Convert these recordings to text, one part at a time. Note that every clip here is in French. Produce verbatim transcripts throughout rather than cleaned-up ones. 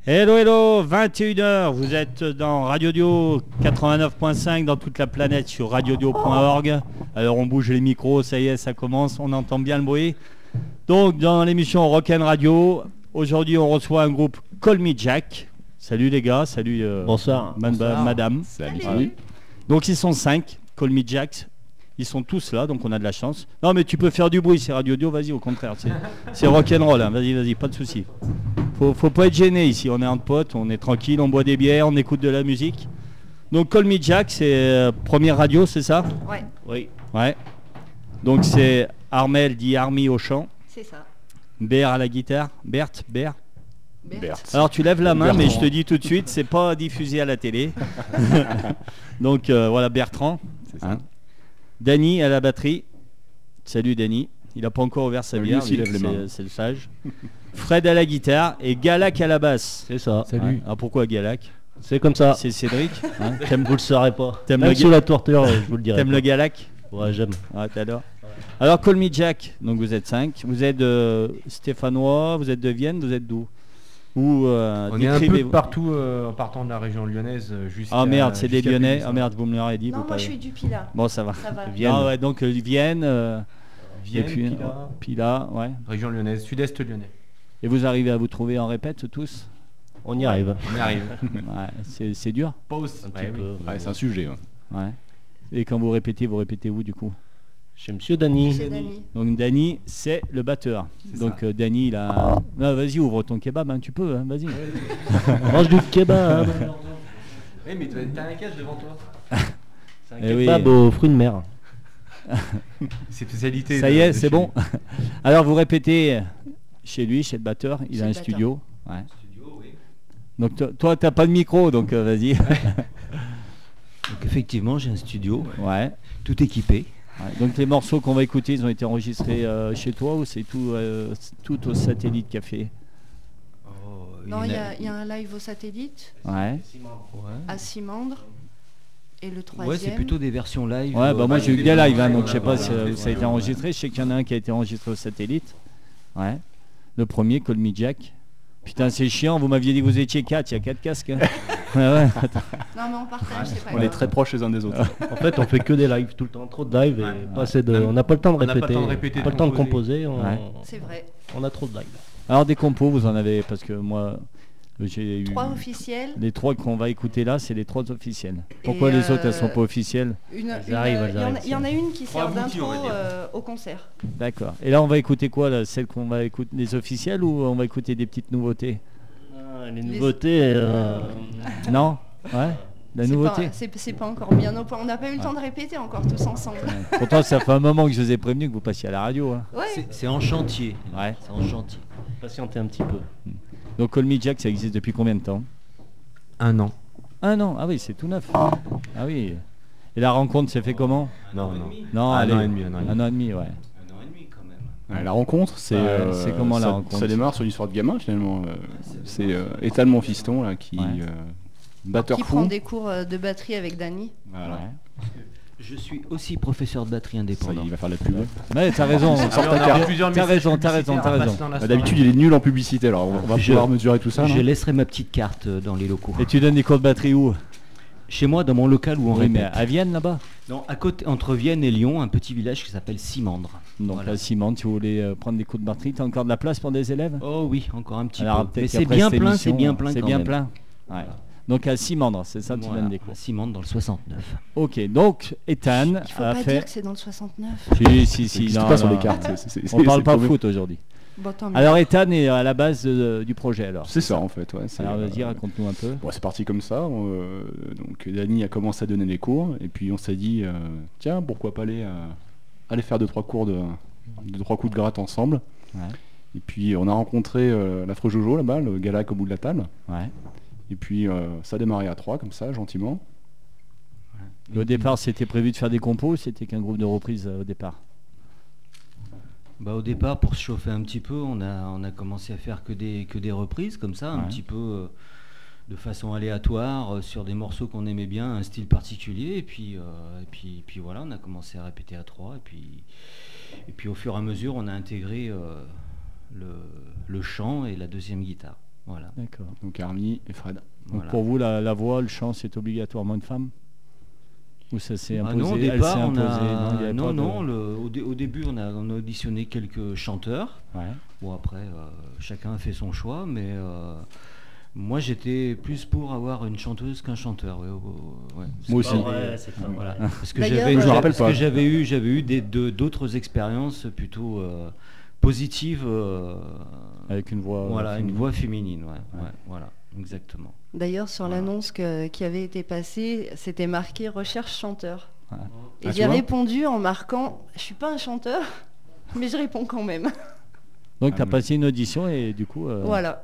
Hello, hello, vingt et une heures, vous êtes dans Radio Dio quatre-vingt-neuf point cinq dans toute la planète sur radio dio point org. Alors on bouge les micros, ça y est, ça commence, on entend bien le bruit. Donc dans l'émission Rock'n Radio, aujourd'hui on reçoit un groupe Call Me Jack. Salut les gars, salut euh, Bonsoir. man- Bonsoir. madame. Salut. Salut. Donc ils sont cinq, Call Me Jack. Ils sont tous là, donc on a de la chance. Non mais tu peux faire du bruit, c'est Radio Dio, vas-y, au contraire. C'est, c'est rock'n'roll, hein. Vas-y, vas-y, pas de souci. Faut, faut pas être gêné ici, on est entre potes, on est tranquille, on boit des bières, on écoute de la musique. Donc Call Me Jack, c'est euh, première radio, c'est ça? Ouais, Oui. Ouais. Donc c'est Armel dit Army au chant, c'est ça. Bert à la guitare, Berthe, Bert. Berthe. Alors tu lèves la main, Bertrand. mais je te dis tout de suite, c'est pas diffusé à la télé. Donc euh, voilà, Bertrand. C'est ça. Hein. Dany à la batterie. Salut Dany. Il n'a pas encore ouvert sa Lui bière, aussi, lui, lève les c'est, mains. c'est le sage. Fred à la guitare et Galac à la basse. C'est ça. Ouais. Alors pourquoi Galac? C'est comme ça. C'est Cédric. Hein. T'aimes, vous le saurez pas. T'aimes Même le sous ga- la torture, je vous le dirai. T'aimes pas. le Galac? Ouais, j'aime. Ouais, t'adores. Alors Call Me Jack, donc vous êtes cinq. Vous êtes euh, stéphanois, vous êtes de Vienne, vous êtes d'où? Ou euh, On est un peu de décrivez-vous. partout euh, en partant de la région lyonnaise euh, jusqu'à... Ah merde, c'est des jusqu'à Lyonnais. Pélisson. Ah merde, vous me l'aurez dit. Non, vous moi pas- je suis du Pilat. Bon, ça va. Ça va. Vienne. Ah ouais, donc euh, Vienne, euh, Vienne, et puis, Pilat, euh, Pilat, ouais. région lyonnaise, sud-est lyonnais. Et vous arrivez à vous trouver en répète tous? On y arrive. On y arrive. Ouais, c'est, c'est dur. Pas aussi. Un petit peu. Ouais, c'est un sujet. Ouais. Ouais. Et quand vous répétez, vous répétez où du coup? Chez Monsieur Dany. C'est Dany. Donc Dany, c'est le batteur. C'est Donc ça. euh, Dany, il a... Non, vas-y, ouvre ton kebab, hein, tu peux, hein, vas-y. Mange du kebab. Oui, mais t'as un cage devant toi. C'est un Eh cage. oui. Kebab aux fruits de mer. C'est spécialité. Ça de- y est, de c'est chez bon. lui. Alors vous répétez chez lui, chez le batteur, il Chez a le un batteur. studio. Ouais. Donc to- toi, t'as pas de micro, donc euh, vas-y. Donc effectivement, j'ai un studio, Ouais. tout équipé. Ouais, donc les morceaux qu'on va écouter, ils ont été enregistrés euh, chez toi ou c'est tout, euh, c'est tout au Satellite Café? Non, il y, a- il y a un live au satellite Ouais. à Simandre. Et le troisième. Ouais, c'est plutôt des versions live. Ouais, bah euh, moi j'ai eu des des lives, versions hein, live, donc je sais pas voilà, si euh, voilà. ça a été enregistré. Je sais qu'il y en a un qui a été enregistré au Satellite. Ouais. Le premier, Call Me Jack. Putain, c'est chiant, vous m'aviez dit que vous étiez quatre, il y a quatre casques. Hein. Ouais, ouais. Non, mais on partage, c'est pas On grave. est très proches les uns des autres. En fait, on fait que des lives tout le temps, trop de lives et Ouais. pas assez de. Ouais. On n'a pas le temps de On n'a pas le répéter. temps de répéter, pas de le temps de composer. composer. On, Ouais. C'est vrai. on a trop de lives. Alors des compos, vous en avez, parce que moi j'ai eu... Trois officiels. Les trois qu'on va écouter là, c'est les trois officiels. Pourquoi Et, les autres, elles euh, sont pas officielles? Une, Elles une- arrivent, euh, elles il y en a- arrivent, Il y en a une qui Trois sert abouties, on d'intro va dire. euh, au concert. D'accord. Et là, on va écouter quoi là? Celle qu'on va écouter, les officielles ou on va écouter des petites nouveautés? Ah, les nouveautés. euh, Non? Ouais? La C'est nouveauté? pas- C'est c'est pas encore bien au point. On n'a pas eu le temps de répéter encore tous ensemble. Ouais. Pourtant, ça fait un moment que je vous ai prévenu que vous passiez à la radio. Hein. Ouais. C'est, c'est en chantier. Ouais. C'est en chantier. Patienter un petit peu. Donc Call Me Jack, ça existe depuis combien de temps? Un an. Un an. Ah oui, c'est tout neuf. Ah oui. Et la rencontre s'est fait comment? Non, non. Non, Un allez. an et demi, un an et demi. Un an et demi, ouais. Un an et demi quand même. Ouais, la rencontre, c'est, Ouais, euh, c'est comment la ça, rencontre ça démarre sur l'histoire de gamin finalement. euh, c'est euh, Ethan, mon fiston, là, qui Ouais. euh, batteur Qui fou. prend des cours euh, de batterie avec Dany. Voilà. Ouais. Je suis aussi professeur de batterie Ça, indépendant. il va faire de la pub. Ouais, t'as raison. Sort Alors, ta on aura carte. plusieurs T'as messages raison, t'as raison, publicitaires t'as à raison. passer dans la Bah, soirée. d'habitude, il est nul en publicité, alors on va Je- pouvoir mesurer tout ça. Je non laisserai ma petite carte euh, dans les locaux. Et tu donnes des cours de batterie où? Chez moi, dans mon local où on Oui, mais répète. à Vienne là-bas. Non, à côté, entre Vienne et Lyon, un petit village qui s'appelle Simandre. Donc Voilà. à Simon, si vous voulez euh, prendre des cours de batterie, t'as encore de la place pour des élèves? Oh oui, encore un petit Alors, peu. peut-être Mais c'est qu'après bien cette plein, émission, c'est bien plein C'est quand bien même. plein. Ouais. Donc à Simandre, c'est ça, tu Voilà, donnes des cours. à Simandre dans le soixante-neuf. Ok, donc Ethan Il faut a pas fait. dire que c'est dans le soixante-neuf. Si, si, Ça si. n'existe non, pas sur non. les cartes. c'est- c'est- c'est- On parle c'est pas le foot aujourd'hui. Bon, tant mieux. Alors Ethan est à la base de- du projet alors. C'est ça en fait. Ouais, c'est, Alors euh, vas-y, raconte-nous un peu. Bon, c'est parti comme ça. euh, donc Dany a commencé à donner des cours et puis on s'est dit euh, tiens, pourquoi pas aller, euh, aller faire deux trois cours de deux trois coups de gratte ensemble. Ouais. Et puis on a rencontré euh, l'affreux Jojo là-bas, le Galac au bout de la table. Ouais. Et puis euh, ça a démarré à trois comme ça, gentiment. Au départ, c'était prévu de faire des compos, ou c'était qu'un groupe de reprises euh, au départ. Bah, au départ, pour se chauffer un petit peu, on a, on a commencé à faire que des, que des reprises comme ça, un Ouais. petit peu euh, de façon aléatoire, euh, sur des morceaux qu'on aimait bien, un style particulier. Et puis, euh, et puis, puis voilà, on a commencé à répéter à trois. Et puis, et puis au fur et à mesure, on a intégré euh, le, le chant et la deuxième guitare. Voilà. D'accord. Donc Army et Fred. Donc Voilà. pour vous, la, la voix, le chant, c'est obligatoirement une femme? Ou ça s'est Ah imposé? non, au Elle départ, s'est on imposée. a... il y avait non, pas de- non, le- au, dé- au début, on a, on a auditionné quelques chanteurs. Ouais. Bon, après, euh, chacun a fait son choix, mais euh, moi, j'étais plus pour avoir une chanteuse qu'un chanteur. Ouais, ouais, ouais. C'est Moi pas aussi. vrai, Ouais, c'est pas voilà. vrai. Parce que D'ailleurs, j'avais, euh, Je me rappelle parce pas. que j'avais eu, j'avais eu des, de- d'autres expériences plutôt euh, positives. euh, Avec une voix. voilà, euh, une féminine. voix féminine, ouais, Ouais. ouais, voilà, exactement. D'ailleurs, sur Voilà. l'annonce que- qui avait été passée, c'était marqué recherche chanteur. Ouais. Et Ah, tu j'ai vois répondu en marquant, je suis pas un chanteur, mais je réponds quand même. Donc Ah, tu as mais- passé une audition et du coup. euh, Voilà.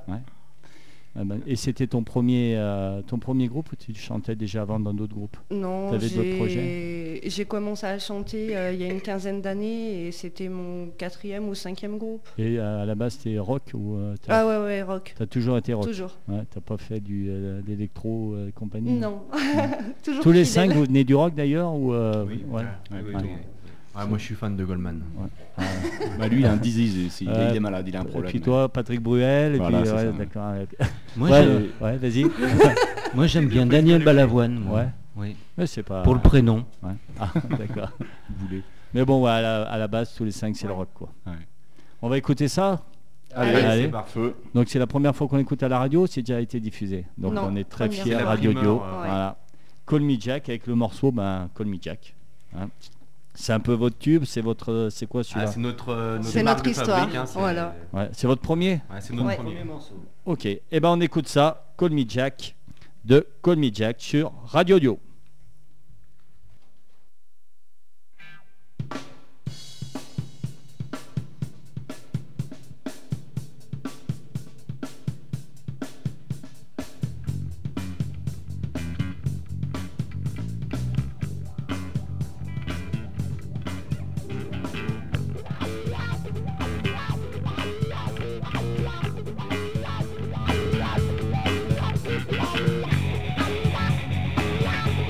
ah ben, et c'était ton premier, euh, ton premier groupe ou tu chantais déjà avant dans d'autres groupes? Non, T'avais d'autres j'ai projets j'ai commencé à chanter euh, il y a une quinzaine d'années et c'était mon quatrième ou cinquième groupe. Et euh, à la base, c'était rock ou euh, t'as, Ah ouais, ouais, rock. t'as toujours été rock? Toujours. Ouais, t'as pas fait du euh, d'électro euh, et compagnie? Non. Toujours Tous les fidèle. cinq, vous venez du rock d'ailleurs ou euh, Oui. ouais. Ouais, Oui, ouais. oui. Ouais, moi je suis fan de Goldman. Bah, lui, il a un disease. c'est- il, est- Ouais. il est malade, il a un Et problème. puis toi, Patrick Bruel, et Voilà, puis c'est ouais, ça. d'accord. ouais. Moi, Ouais, j'aime, ouais, vas-y. moi, j'aime bien Daniel Balavoine. moi. Ouais. Oui. Mais c'est pas. Pour le prénom. Ouais. Ah, d'accord. Mais bon, ouais, à, la, à la base, tous les cinq, c'est le rock, quoi. Ouais. On va écouter ça. Allez, Allez. c'est par feu. Donc c'est la première fois qu'on écoute à la radio, c'est déjà été diffusé. Donc Non, on est très première fiers, fois. Radio C'est la Dio. primeur, ouais. Voilà. Call Me Jack avec le morceau, ben Call Me Jack. Hein. C'est un peu votre tube, c'est votre, c'est quoi Ah, celui-là? c'est notre, euh, C'est marque notre de fabrique, histoire, hein, c'est- voilà. Ouais, c'est votre premier. Ouais, c'est notre Ouais. premier. morceau. Ok. Et ben on écoute ça, Call Me Jack de Call Me Jack sur Radio Dio. Thank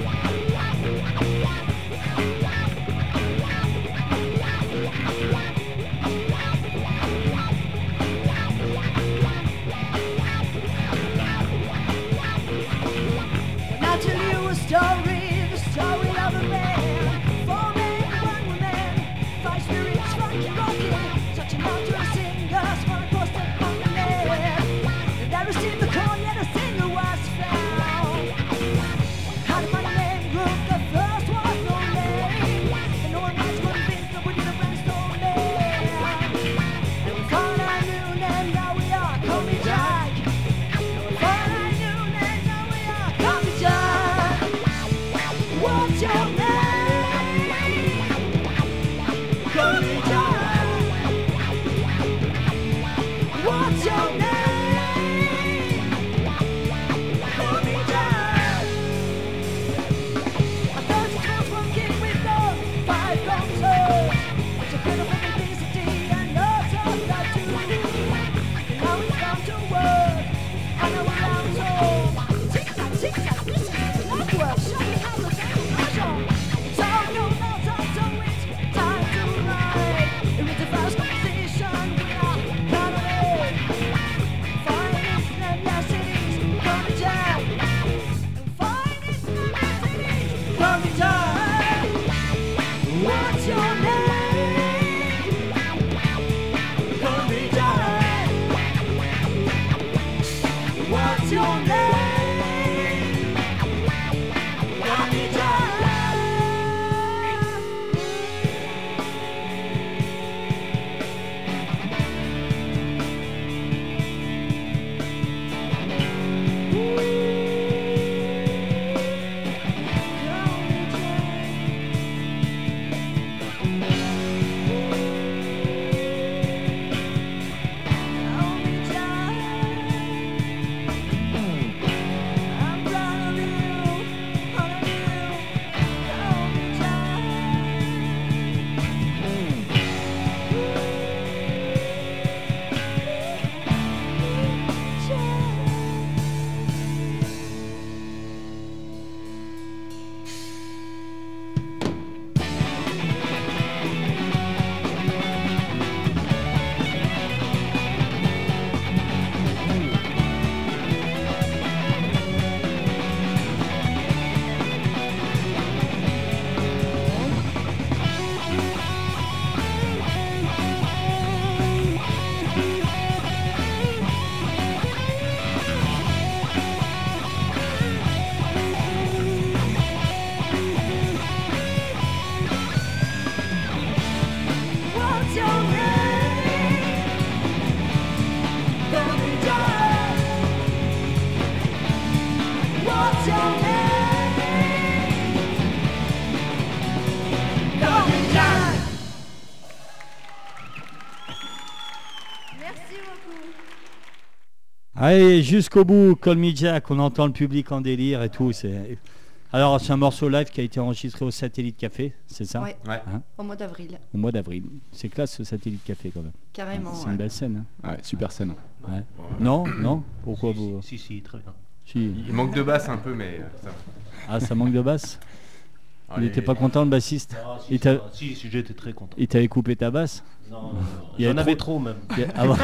beaucoup. Allez, jusqu'au bout, Call Me Jack, on entend le public en délire et tout. C'est... Alors, c'est un morceau live qui a été enregistré au Satellite Café, c'est ça? Ouais, Ouais. Hein, au mois d'avril, au mois d'avril. C'est classe ce Satellite Café quand même. carrément. C'est ouais. une belle scène. Hein. Ouais, super scène. Ouais. Non, non. Pourquoi vous Si, si, très bien. Si. Il manque de basse un peu, mais euh, ça va. Ah, ça manque de basse. Il Allez. n'était pas content le bassiste. Ah, Il si, t'a- ça va. si, si, j'étais très content. Il t'avait coupé ta basse. Non, non, non. Il y J'en avait avais trop même. Il y a- ah bon.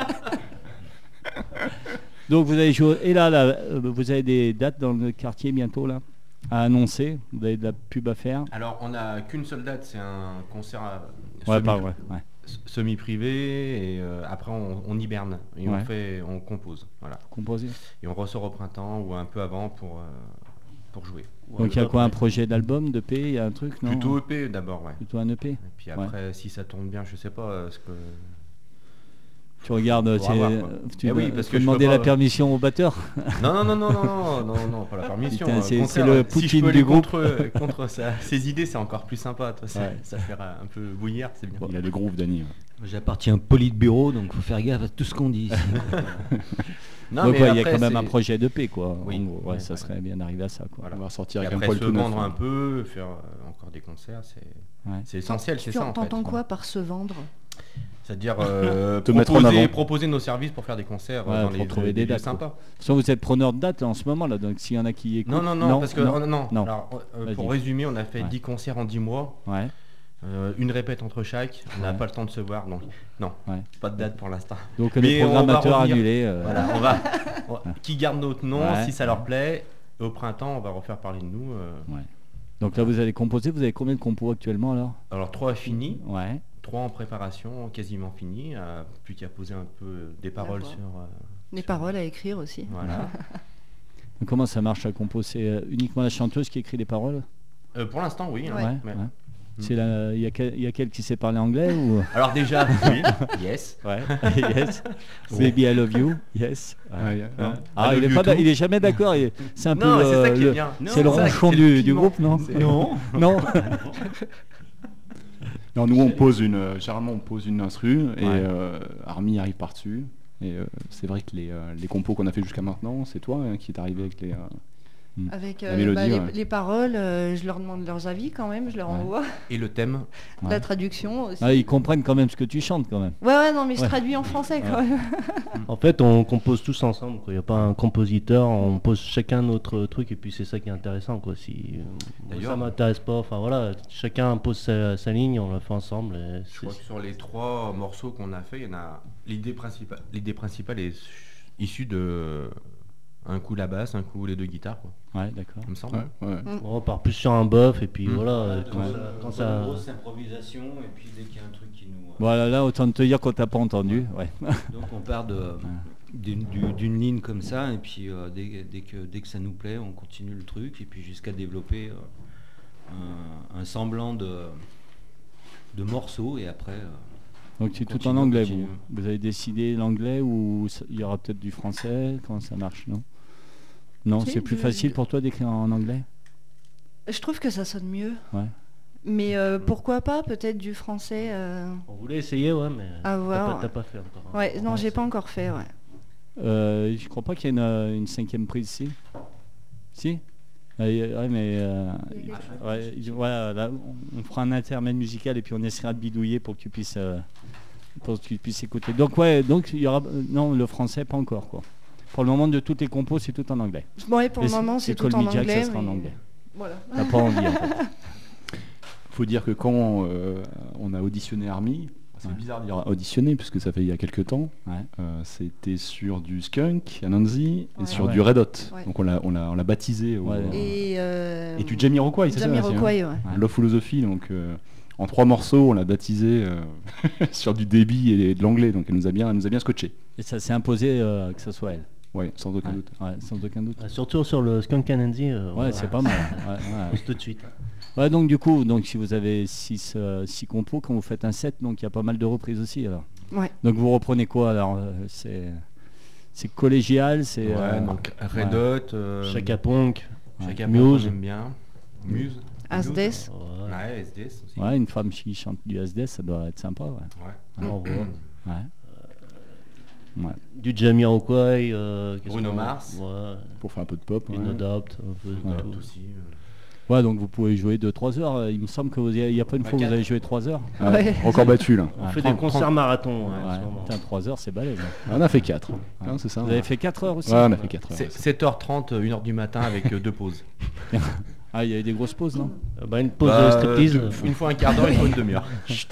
Donc vous avez joué. Et là, là, euh, vous avez des dates dans le quartier bientôt là à annoncer. Vous avez de la pub à faire. Alors, on n'a qu'une seule date, c'est un concert à- Ouais, semi- pas ouais. ouais. s- semi-privé, et euh, après on, on hiberne et Ouais. on fait, on compose, voilà. Composé. Et on ressort au printemps ou un peu avant pour euh, pour jouer. Donc il y a quoi, un projet d'album, de P, il y a un truc, non? Plutôt E P d'abord, ouais. Plutôt un E P. Et puis après, si ça tourne bien, je sais pas euh, ce que. Tu regardes, Faut c'est- avoir, quoi. tu Eh oui, dois- parce faut que je demander peux la pas- permission au batteur. Non, non, non, non, non, non, non, non, pas la permission. Putain, euh, c'est- au c'est contraire, le si je Poutine peux du aller groupe. contre, contre sa- ses idées, c'est encore plus sympa. Toi, ça, Ouais. ça fait un peu bouillir, c'est bien. Il a le groove, Dany. J'appartiens au politburo, donc faut faire gaffe à tout ce qu'on dit. ici. Non, Donc mais ouais, il y a après, quand même c'est- un projet d'E P quoi. Oui. En gros, ouais, Ouais, ça ouais. serait bien d'arriver à ça quoi. Voilà. On va sortir Et avec un après, poil se tout neuf. vendre hein. un peu, faire euh, encore des concerts, c'est Ouais. c'est essentiel, c'est Tu ça en fait. t'entends quoi par se vendre? C'est-à-dire euh, Te mettre en proposer, avant. proposer nos services pour faire des concerts euh, Ouais, dans pour les trouver des des lieux dates, quoi. sympas. De toute façon, vous êtes preneur de date là, en ce moment là, donc s'il y en a qui écoutent. Non, non, non, parce que non. euh, non. non. Alors, euh, Vas-y. pour résumer, on a fait Ouais. dix concerts en dix mois, Ouais. euh, une répète entre chaque. On n'a Ouais. pas le temps de se voir, donc non, Ouais. pas de date pour l'instant. Donc Mais les on va programmateurs revenir. annulés. euh, Voilà, on va, on va- qui garde notre nom Ouais. si ça leur plaît. Au printemps, on va refaire parler de nous. euh. Donc là, vous allez composer. Vous avez combien de compos actuellement alors? Alors trois finis, Ouais. trois en préparation, quasiment finis, euh, plus qu'à poser un peu des paroles D'accord. sur. euh, Des sur- paroles à écrire aussi. Voilà. Donc, comment ça marche la compo? C'est euh, uniquement la chanteuse qui écrit les paroles? Euh, pour l'instant, oui. hein. Ouais. Ouais. ouais. C'est la. Il y a quel- il y a quel qui sait parler anglais ou? Alors déjà, oui, yes. Ouais. Yes. Baby, I love you. Yes. Ouais, ouais, ouais. Ah, I il love est you pas. too. Il est jamais d'accord. il- C'est un peu. Non, le- c'est ça qui est le- bien. C'est le Non, ça, ronchon c'est du, le du piment. groupe, non? C'est- Non. Non. Non, nous on pose une, euh, généralement on pose une instru et Ouais. euh, Army arrive par dessus. Et euh, c'est vrai que les, euh, les compos qu'on a fait jusqu'à maintenant, c'est toi hein, qui est arrivé avec les. euh, Avec La euh, mélodie, bah, les, ouais. les paroles, euh, je leur demande leurs avis quand même, je leur Ouais. envoie. Et le thème. Ouais. La traduction aussi. Ah, ils comprennent quand même ce que tu chantes quand même. Ouais, ouais, non, mais je Ouais. traduis en français quand Ouais. même. En fait, on compose tous ensemble. quoi. Il n'y a pas un compositeur, on pose chacun notre truc et puis c'est ça qui est intéressant. Quoi. Si euh, D'ailleurs- ça m'intéresse pas, enfin voilà, chacun pose sa, sa ligne, on la fait ensemble. et Je c'est- crois que sur les trois morceaux qu'on a fait, il y en a l'idée principale. L'idée principale est issue de un coup la basse, un coup les deux guitares, quoi. Ouais, d'accord. Il me semble. Ouais, ouais. On part plus sur un buff et puis Mm. voilà. Ouais, quand quand ça- ça- quand quand ça- une grosse improvisation et puis dès qu'il y a un truc qui nous. euh, Voilà, là, autant te dire qu'on t'a pas entendu. Ouais. Donc on part de- d'une du- d'une ligne comme ça et puis euh, dès, dès que, dès que ça nous plaît, on continue le truc et puis jusqu'à développer euh, un, un semblant de, de morceaux et après. euh, Donc c'est On tout en continue, anglais, on continue. vous. Vous avez décidé l'anglais ou ça- il y aura peut-être du français? Comment ça marche, non? Non, Si, c'est plus du- facile pour toi d'écrire en anglais? Je trouve que ça sonne mieux. Ouais. Mais euh, pourquoi pas peut-être du français euh, On voulait essayer, ouais, mais À t'as voir. pas, t'as pas fait encore. hein. Ouais, non, j'ai pas encore fait, ouais. Euh, je crois pas qu'il y ait une, euh, une cinquième prise, si? Si? Ouais, ouais, mais euh, Il y a quelque ouais, il- voilà, là, on- on fera un intermède musical et puis on essaiera de bidouiller pour que tu puisses, euh, pour que tu puisses écouter. Donc ouais, donc il y aura euh, non le français pas encore quoi. Pour le moment de toutes les compos c'est tout en anglais. Ouais, pour Et le moment, et c'est Call tout en Me Jack, anglais. ça sera en mais- anglais. Voilà. T'as pas envie en fait. Faut dire que quand euh, on a auditionné Army, c'est Ouais. bizarre de dire auditionné puisque ça fait il y a quelques temps, Ouais. euh, c'était sur du Skunk, Anansi et Ouais. sur Ouais. du Red Hot. Ouais. Donc on l'a on l'a on l'a baptisé au, Ouais. Et, euh, et du Jamiroquai, c'est ça aussi, hein Jamiroquai, ouais. Ouais. Love Philosophy, donc euh, en trois morceaux, on l'a baptisé euh, sur du débit et de l'anglais, donc elle nous a bien, elle nous a bien scotché. Et ça s'est imposé euh, que ce soit elle. Ouais, sans aucun Ouais, doute. ouais, sans aucun doute. Ah, surtout sur le Skunk Anansi. euh, Ouais, voilà. c'est pas mal. Ouais, ouais. Pousse tout de suite. Ouais, donc du coup, donc si vous avez six euh, six compos, quand vous faites un set, donc il y a pas mal de reprises aussi alors. Ouais. Donc vous reprenez quoi alors euh, C'est c'est collégial, c'est. Ouais, euh, donc Red ouais. Hot, euh, Chaka Ponk. Chaka Muse. Ponk, j'aime bien. Muse. Asdes. Muse. Ouais. Ouais, S D S aussi. Ouais, une femme qui chante du S D, ça doit être sympa. Ouais. Ouais. On voit. Ouais. Ouais. Du Jamiroquai, euh, qu'est-ce Bruno qu'on- Mars. Ouais. Pour faire un peu de pop. In ouais. Adopt, un peu de Ouais. tout. Aussi, euh. Ouais, donc vous pouvez jouer deux trois heures. Il me semble que vous y- il n'y a pas une Bah, fois que vous quatre. avez joué trois heures. Ouais, Ouais. Record battu là. On Ouais, fait trente, des concerts trente. marathons ouais, en Ouais, ce moment. putain, trois heures, c'est balèze. hein. On a fait quatre. Hein, c'est ça. Vous avez fait quatre heures aussi Ouais, on a fait quatre heures. C'est sept heures trente, une heure du matin avec euh, deux pauses. Ah, il y avait des grosses pauses, non Euh, bah, une pause Bah, de striptease. deux- une fois un quart d'heure, une fois une demi-heure.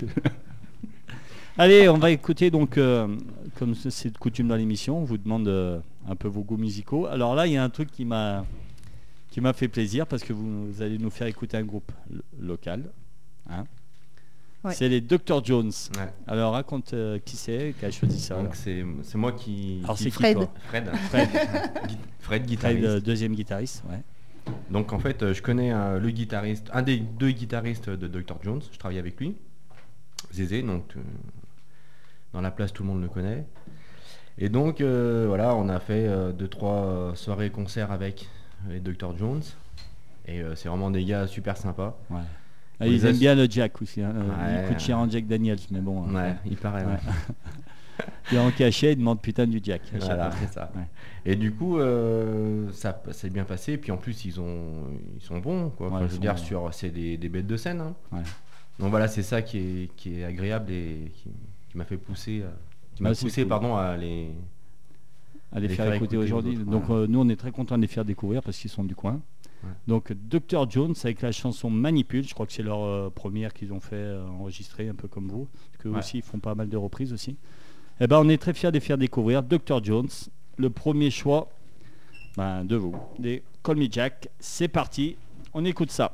Allez, on va écouter donc, euh, comme c'est- c'est de coutume dans l'émission, on vous demande euh, un peu vos goûts musicaux. Alors là, il y a un truc qui m'a qui m'a fait plaisir parce que vous, vous allez nous faire écouter un groupe lo- local. hein. Ouais. C'est les docteur Jones. Ouais. Alors raconte euh, qui c'est qui a choisi ça. Donc alors. c'est c'est moi qui. Alors qui- c'est qui Fred. toi Fred. Fred, Gui- Fred, Fred, guitariste. euh, deuxième guitariste. Ouais. Donc en fait, euh, je connais euh, le guitariste, un des deux guitaristes de docteur Jones. Je travaille avec lui, Zézé. Donc euh, dans la place, tout le monde le connaît. Et donc euh, voilà, on a fait euh, deux trois euh, soirées concerts avec les docteur Jones. Et euh, c'est vraiment des gars super sympas. Ouais. On Ah, ils les a aiment su- bien le Jack aussi. hein. Euh, Ouais. Il coûte cher en Jack Daniels, mais bon. Ouais, hein. il paraît. Ouais. Ouais. Il est en cachet, il demande putain du Jack. à chaque Voilà, fois. c'est ça. Ouais. Et du coup, euh, ça s'est bien passé. Et puis en plus, ils ont, ils sont bons, quoi. Enfin, Ouais, ils je veux sont dire, bons. sur, c'est des, des bêtes de scène. hein. Ouais. Donc voilà, c'est ça qui est, qui est agréable et qui, qui m'a fait pousser, euh, qui m'a Ouais, c'est poussé, cool. pardon, à les. À les Les faire, faire écouter écouter aux aujourd'hui. autres, Donc voilà. euh, nous on est très contents de les faire découvrir parce qu'ils sont du coin. Ouais. Donc docteur Jones avec la chanson Manipule, je crois que c'est leur euh, première qu'ils ont fait euh, enregistrer un peu comme vous. Parce que Ouais. aussi ils font pas mal de reprises aussi. Et ben on est très fiers de les faire découvrir docteur Jones, le premier choix ben, de vous, des Call Me Jack. C'est parti, on écoute ça.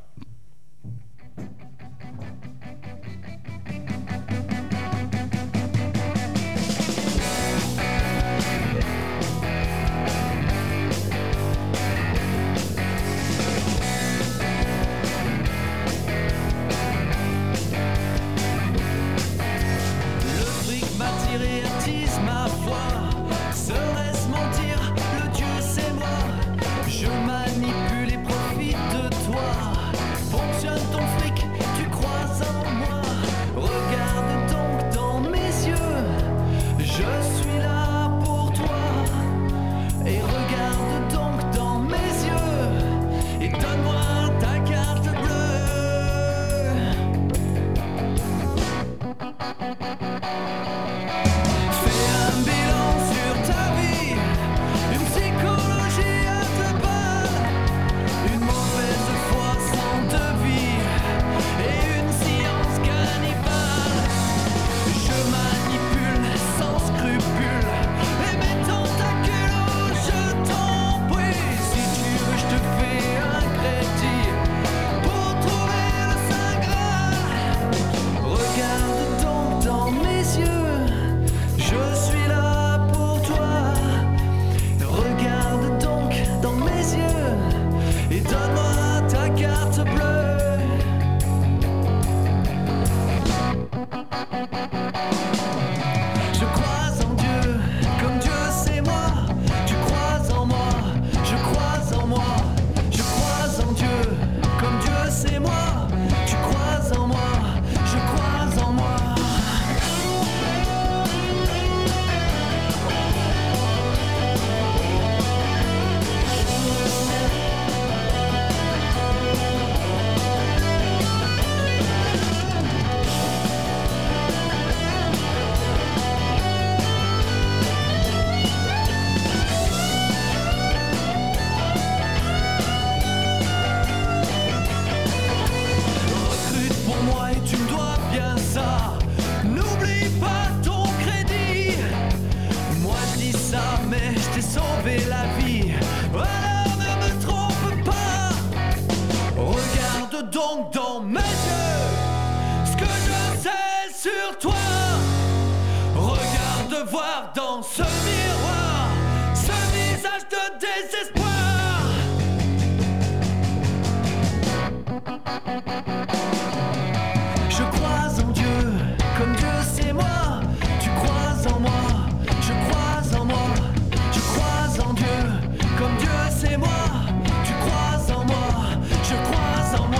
Le fric m'attire et attise ma foi. Serait-ce mentir? Le Dieu c'est moi. Je manipule et profite de toi. Fonctionne ton fric, tu crois en moi. Regarde donc dans mes yeux. Je suis là pour toi. Et regarde donc dans mes yeux. Et donne-moi ta carte bleue. Fais un bilan sur ta vie, une psychologie à deux balles, une mauvaise foi sans devis et une science cannibale. Je manipule sans scrupule et mes tentacules, oh, je t'en prie. Si tu veux, je te fais un crédit pour trouver le Saint Graal. Regarde donc dans mes yeux, je suis là pour toi. Regarde donc dans mes yeux et donne-moi ta carte bleue. Je crois en Dieu, comme Dieu c'est moi. Tu crois en moi, je crois en moi. Je crois en Dieu, comme Dieu c'est moi. Tu crois en moi, je crois en moi. Recrute pour moi et tu me dois bien ça. N'oublie pas ton crédit. Moi je dis ça, mais je t'ai sauvé la vie. Alors ne me trompe pas. Regarde donc dans mes yeux ce que je sais sur toi. Regarde voir dans ce miroir ce visage de désespoir. Je crois en Dieu, comme Dieu c'est moi. Tu crois en moi, je crois en moi. Je crois en Dieu, comme Dieu c'est moi. Tu crois en moi, je crois en moi.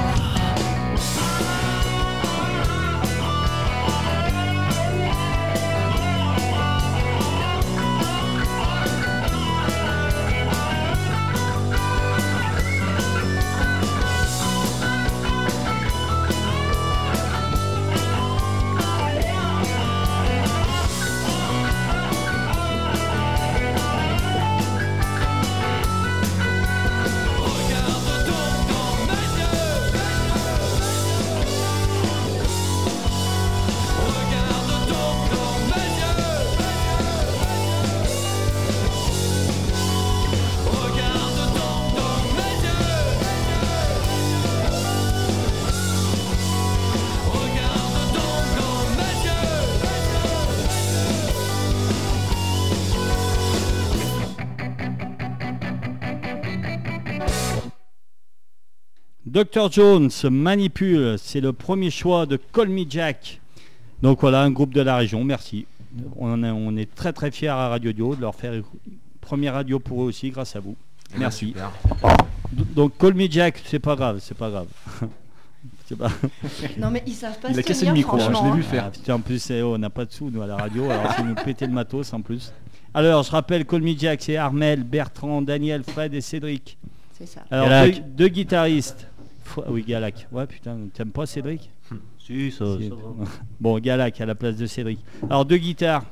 docteur Jones, Manipule, c'est le premier choix de Call Me Jack. Donc voilà, un groupe de la région, merci. On est, on est très très fiers à Radio Dio de leur faire une première radio pour eux aussi, grâce à vous. Merci. Super. D- Donc Call Me Jack, c'est pas grave, c'est pas grave. C'est pas... Non mais ils savent pas Il se a cassé tenir, le micro, hein, je franchement, l'ai vu hein. faire. Ah, putain, en plus, eh, oh, on n'a pas de sous, nous, à la radio, alors c'est nous péter le matos en plus. Alors, je rappelle, Call Me Jack, c'est Armel, Bertrand, Daniel, Fred et Cédric. C'est ça. Alors, Galac. deux, deux guitaristes. F- Oui, Galac. Ouais, putain, t'aimes pas Cédric? Si, ça, Si. ça va. Bon, Galac à la place de Cédric. Alors, deux guitares.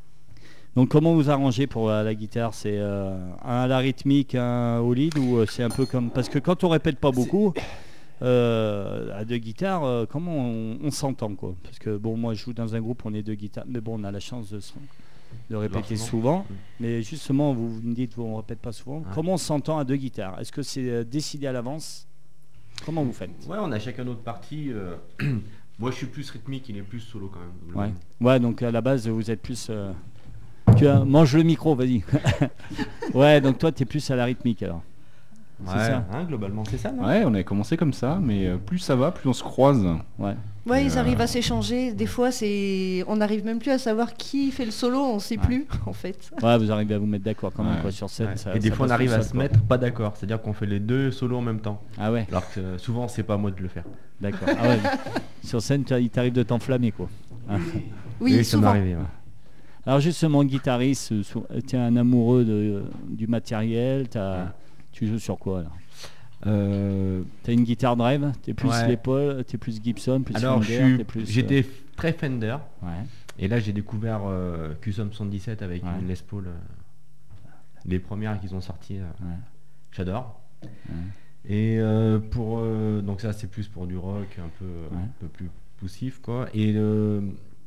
Donc, comment vous arrangez pour euh, la guitare? C'est euh, un à la rythmique, un au lead, ou euh, c'est un peu comme... Parce que quand on répète pas beaucoup, euh, à deux guitares, euh, comment on, on s'entend, quoi? Parce que, bon, moi, je joue dans un groupe, on est deux guitares, mais bon, on a la chance de, se- de répéter Largement. souvent. Mm. Mais justement, vous, vous me dites, on répète pas souvent. Ouais. Comment on s'entend à deux guitares? Est-ce que c'est euh, décidé à l'avance? Comment vous faites? Ouais, on a chacun notre partie. euh, Moi, je suis plus rythmique, il est plus solo quand même. Ouais. Ouais, donc à la base, vous êtes plus. euh, Tu as... mange le micro, vas-y. Ouais, donc toi, tu es plus à la rythmique alors. Ouais, C'est ça. hein, globalement, c'est ça, non Ouais, on avait commencé comme ça, mais euh, plus ça va, plus on se croise. Ouais. Ouais, ils Euh, arrivent à s'échanger. Des fois, c'est, on n'arrive même plus à savoir qui fait le solo. On sait Ouais. plus, en fait. Ouais, vous arrivez à vous mettre d'accord quand même Ouais. quoi, sur scène. Ouais. ça- Et des ça fois, on passe arrive tout à seul, se quoi. mettre pas d'accord. C'est-à-dire qu'on fait les deux solos en même temps. Ah ouais, Alors que euh, souvent, c'est pas à moi de le faire. d'accord. Ah ouais. Sur scène, tu as- il t'arrive de t'enflammer quoi. Hein. Oui, ça m'est souvent. arrivé. Ouais. Alors justement, guitariste, tu es un amoureux de, du matériel. t'as- Ouais. Tu joues sur quoi là? Euh, T'as une guitare drive? T'es plus Ouais. Les Paul? T'es plus Gibson? Plus alors, je Fender, suis- t'es plus, euh, j'étais f- très Fender. Ouais. Et là, j'ai découvert euh, Q S O M soixante-dix-sept avec Ouais. une Les Paul. euh, les premières qu'ils ont sorties. euh, Ouais. J'adore. Ouais. Et euh, pour euh, donc ça, c'est plus pour du rock un peu, Ouais. un peu plus poussif, quoi. Et euh,